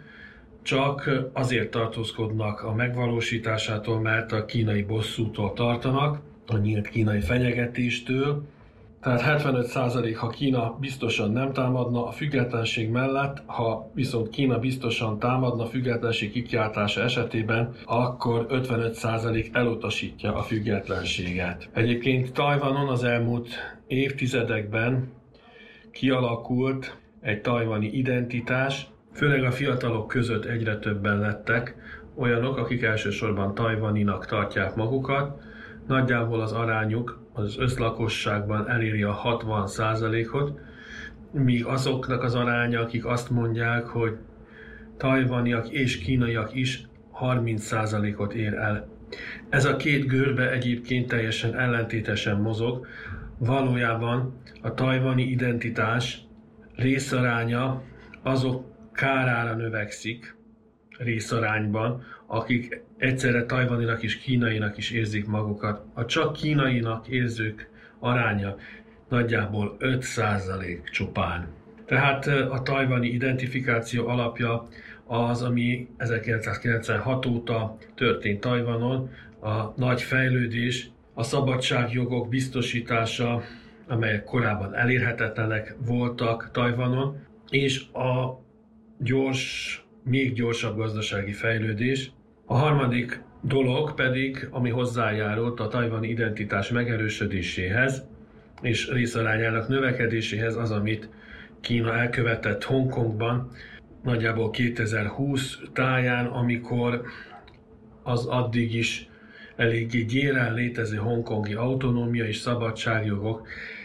csak azért tartózkodnak a megvalósításától, mert a kínai bosszútól tartanak, a nyílt kínai fenyegetéstől. Tehát hetvenöt százalék, ha Kína biztosan nem támadna a függetlenség mellett, ha viszont Kína biztosan támadna a függetlenség kikiáltása esetében, akkor ötvenöt százalék elutasítja a függetlenséget. Egyébként Tajvanon az elmúlt évtizedekben kialakult egy tajvani identitás, főleg a fiatalok között egyre többen lettek olyanok, akik elsősorban tajvaninak tartják magukat. Nagyjából az arányuk az összlakosságban eléri a hatvan százalékot, míg azoknak az aránya, akik azt mondják, hogy tajvaniak és kínaiak is harminc százalékot ér el. Ez a két görbe egyébként teljesen ellentétesen mozog. Valójában a tajvani identitás részaránya azok kárára növekszik részarányban, akik egyszerre tajvaninak és kínainak is érzik magukat. A csak kínainak érzők aránya nagyjából öt százalék csupán. Tehát a tajvani identifikáció alapja az, ami ezerkilencszázkilencvenhat óta történt Tajvanon, a nagy fejlődés, a szabadságjogok biztosítása, amelyek korábban elérhetetlenek voltak Tajvanon, és a gyors, még gyorsabb gazdasági fejlődés. A harmadik dolog pedig, ami hozzájárult a tajvani identitás megerősödéséhez és részarányának növekedéséhez, az, amit Kína elkövetett Hongkongban, nagyjából kétezer-húsz táján, amikor az addig is eléggé gyéren létező hongkongi autonómia és szabadságjogok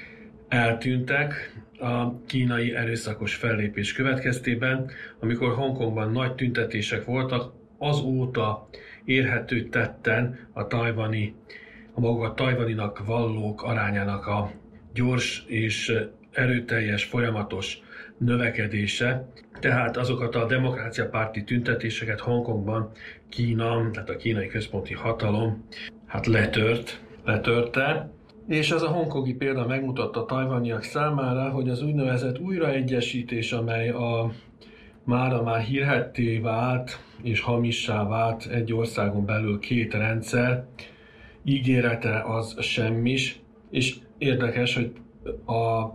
eltűntek a kínai erőszakos fellépés következtében. Amikor Hongkongban nagy tüntetések voltak, azóta érhető tetten a tajvani, a maga tajvaninak vallók arányának a gyors és erőteljes, folyamatos növekedése. Tehát azokat a demokráciapárti tüntetéseket Hongkongban Kína, tehát a kínai központi hatalom hát letört, letörte. És ez a hongkongi példa megmutatta a tajvaniak számára, hogy az úgynevezett újraegyesítés, amely a mára már hírhedté vált és hamissá vált egy országon belül két rendszer, ígérete az semmis, és érdekes, hogy a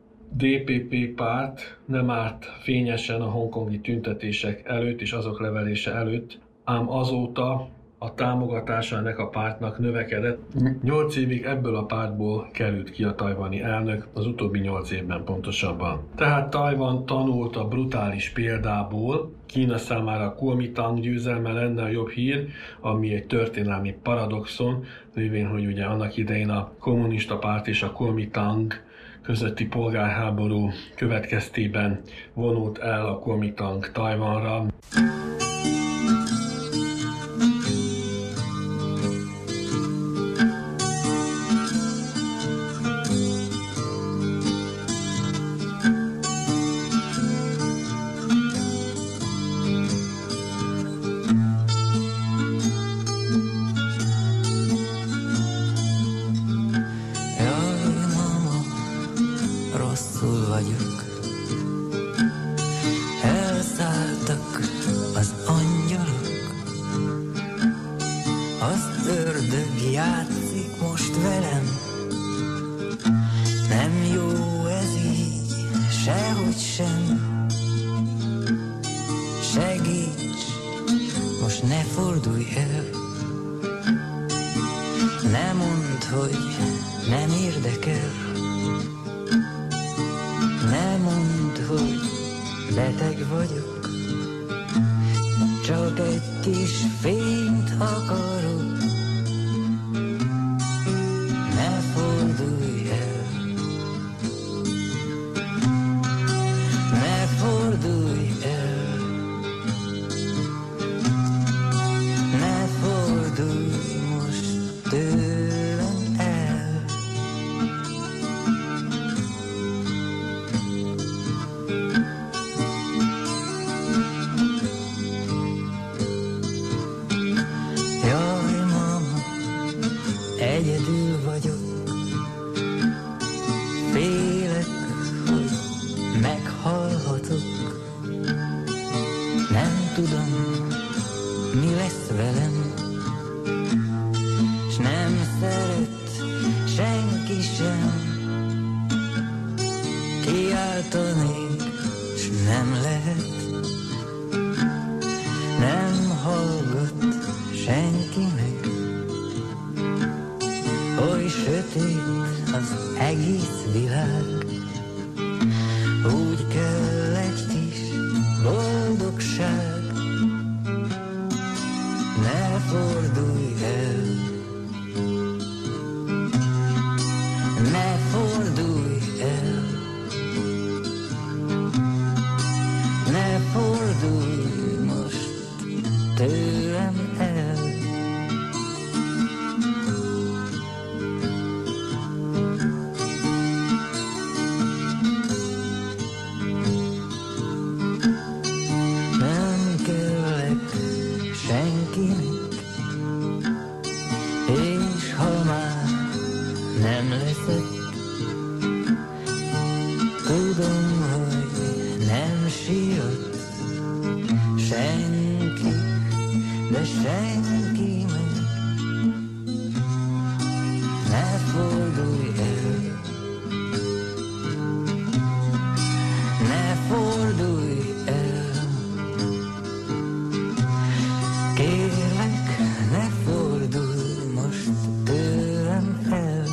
dé pé pé párt nem állt fényesen a hongkongi tüntetések előtt és azok leverése előtt, ám azóta a támogatása ennek a pártnak növekedett. Nyolc évig ebből a pártból került ki a tajvani elnök, az utóbbi nyolc évben pontosabban. Tehát Tajvan tanult a brutális példából, Kína számára a Kuomintang győzelme lenne a jobb hír, ami egy történelmi paradoxon, lévén, hogy ugye annak idején a kommunista párt és a Kuomintang közötti polgárháború következtében vonult el a Kuomintang Tajvanra. Ne Tudom, hogy nem sírott senki, de senki meg ne fordulj el, ne fordulj el. Kérlek, ne fordulj most tőlem el.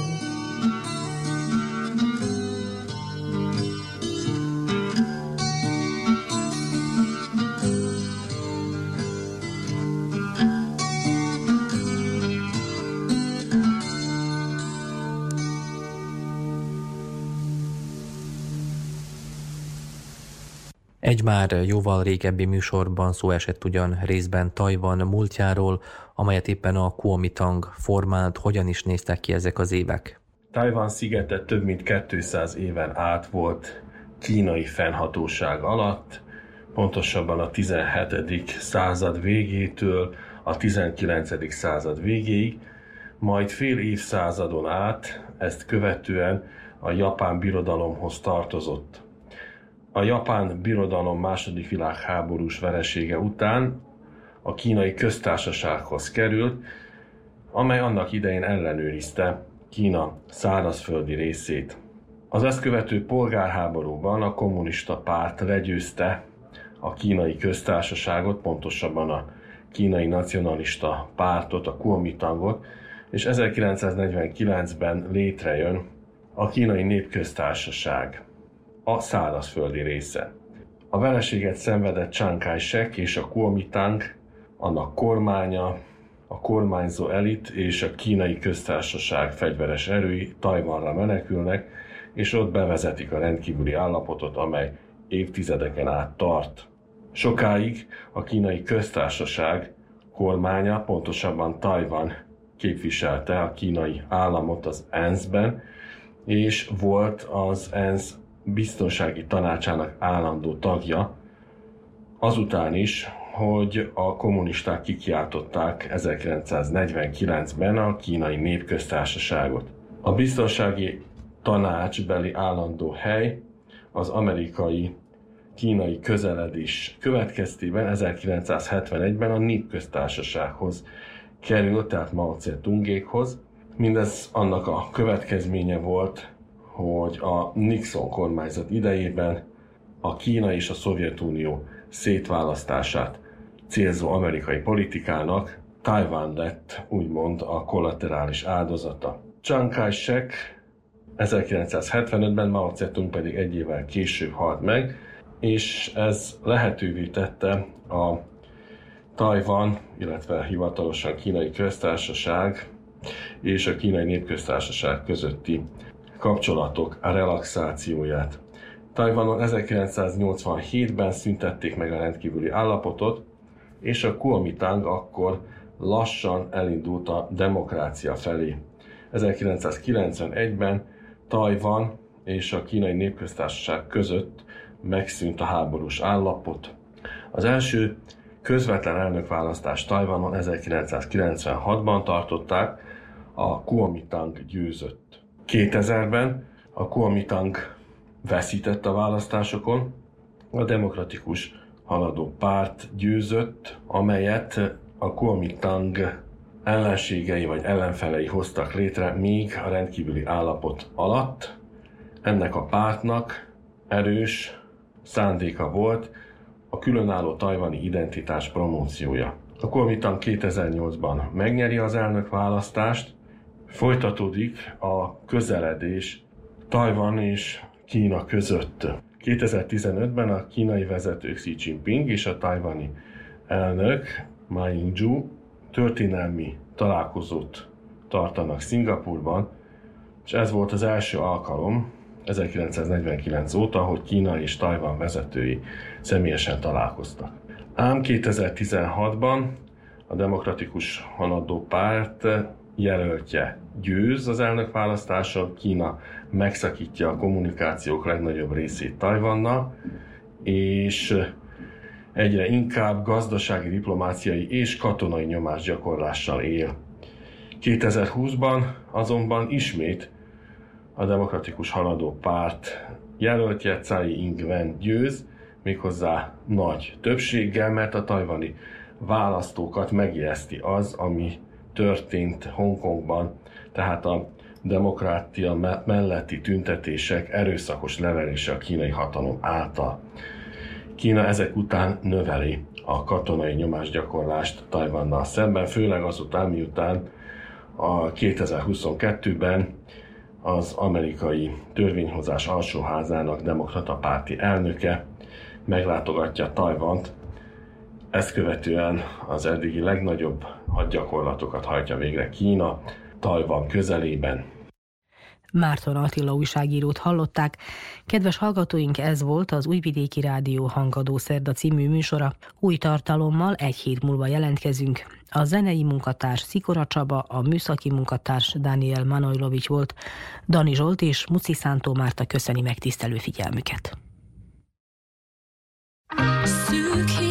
Egy már jóval régebbi műsorban szó esett ugyan részben Tajvan múltjáról, amelyet éppen a Kuomintang formált. Hogyan is néztek ki ezek az évek? Tajvan szigete több mint kétszáz éven át volt kínai fennhatóság alatt, pontosabban a tizenhetedik század végétől a tizenkilencedik század végéig, majd fél évszázadon át ezt követően a japán birodalomhoz tartozott. A japán birodalom második világháborús veresége után a kínai köztársasághoz került, amely annak idején ellenőrizte Kína szárazföldi részét. Az ezt követő polgárháborúban a kommunista párt legyőzte a kínai köztársaságot, pontosabban a kínai nacionalista pártot, a Kuomintangot, és ezerkilencszáznegyvenkilencben létrejön a kínai népköztársaság, a szárazföldi része. A vereséget szenvedett Chiang Kai-shek és a Kuomintang, annak kormánya, a kormányzó elit és a kínai köztársaság fegyveres erői Tajvanra menekülnek, és ott bevezetik a rendkívüli állapotot, amely évtizedeken át tart. Sokáig a kínai köztársaság kormánya, pontosabban Tajvan képviselte a kínai államot az ENSZ-ben, és volt az ENSZ biztonsági tanácsának állandó tagja, azután is, hogy a kommunisták kikiáltották ezerkilencszáznegyvenkilencben a kínai népköztársaságot. A biztonsági tanácsbeli állandó hely az amerikai kínai közeledés következtében ezerkilencszázhetvenegyben a népköztársasághoz került, tehát Mao Tse-tungékhoz. Mindez annak a következménye volt, hogy a Nixon kormányzat idejében a Kína és a Szovjetunió szétválasztását célzó amerikai politikának Tajvan lett úgymond a kollaterális áldozata. Chiang Kai-shek ezerkilencszázhetvenötben, Mao Tse-tung pedig egy évvel később halt meg, és ez lehetővé tette a Tajvan, illetve hivatalosan Kínai Köztársaság és a Kínai Népköztársaság közötti kapcsolatok a relaxációját. Tajvanon ezerkilencszáznyolcvanhétben szüntették meg a rendkívüli állapotot, és a Kuomintang akkor lassan elindult a demokrácia felé. ezerkilencszázkilencvenegyben Tajvan és a Kínai Népköztársaság között megszűnt a háborús állapot. Az első közvetlen elnökválasztást Tajvanon ezerkilencszázkilencvenhatban tartották, a Kuomintang győzött. kétezerben a Kuomintang veszített a választásokon, a Demokratikus Haladó Párt győzött, amelyet a Kuomintang ellenségei vagy ellenfelei hoztak létre még a rendkívüli állapot alatt. Ennek a pártnak erős szándéka volt a különálló tajvani identitás promóciója. A Kuomintang kétezer-nyolcban megnyeri az elnökválasztást, folytatódik a közeledés Tajvan és Kína között. kétezer-tizenötben a kínai vezetők Xi Jinping és a tajvani elnök Ma Ying-jeou történelmi találkozót tartanak Szingapurban, és ez volt az első alkalom ezerkilencszáznegyvenkilenc óta, hogy Kína és Tajvan vezetői személyesen találkoztak. Ám kétezer-tizenhatban a Demokratikus Haladó Párt jelöltje győz az elnökválasztáson, Kína megszakítja a kommunikációk legnagyobb részét Tajvannal, és egyre inkább gazdasági, diplomáciai és katonai nyomásgyakorlással él. kétezer-húszban azonban ismét a Demokratikus Haladó Párt jelöltje Tsai Ing-wen győz, méghozzá nagy többséggel, mert a tajvani választókat megijeszti az, ami történt Hongkongban, tehát a demokrácia melletti tüntetések erőszakos leverése a kínai hatalom által. Kína ezek után növeli a katonai nyomásgyakorlást Tajvannal szemben, főleg azután, miután a kétezer-huszonkettőben az amerikai törvényhozás alsóházának demokrata párti elnöke meglátogatja Tajvant, ezt követően az eddigi legnagyobb hadgyakorlatokat hajtja végre Kína Tajvan közelében. Márton Attila újságírót hallották. Kedves hallgatóink, ez volt az Újvidéki Rádió Hangadó Szerda című műsora. Új tartalommal egy hét múlva jelentkezünk. A zenei munkatárs Szikora Csaba, a műszaki munkatárs Daniel Manojlovics volt. Dani Zsolt és Muci Szántó Márta köszöni megtisztelő figyelmüket. Szűk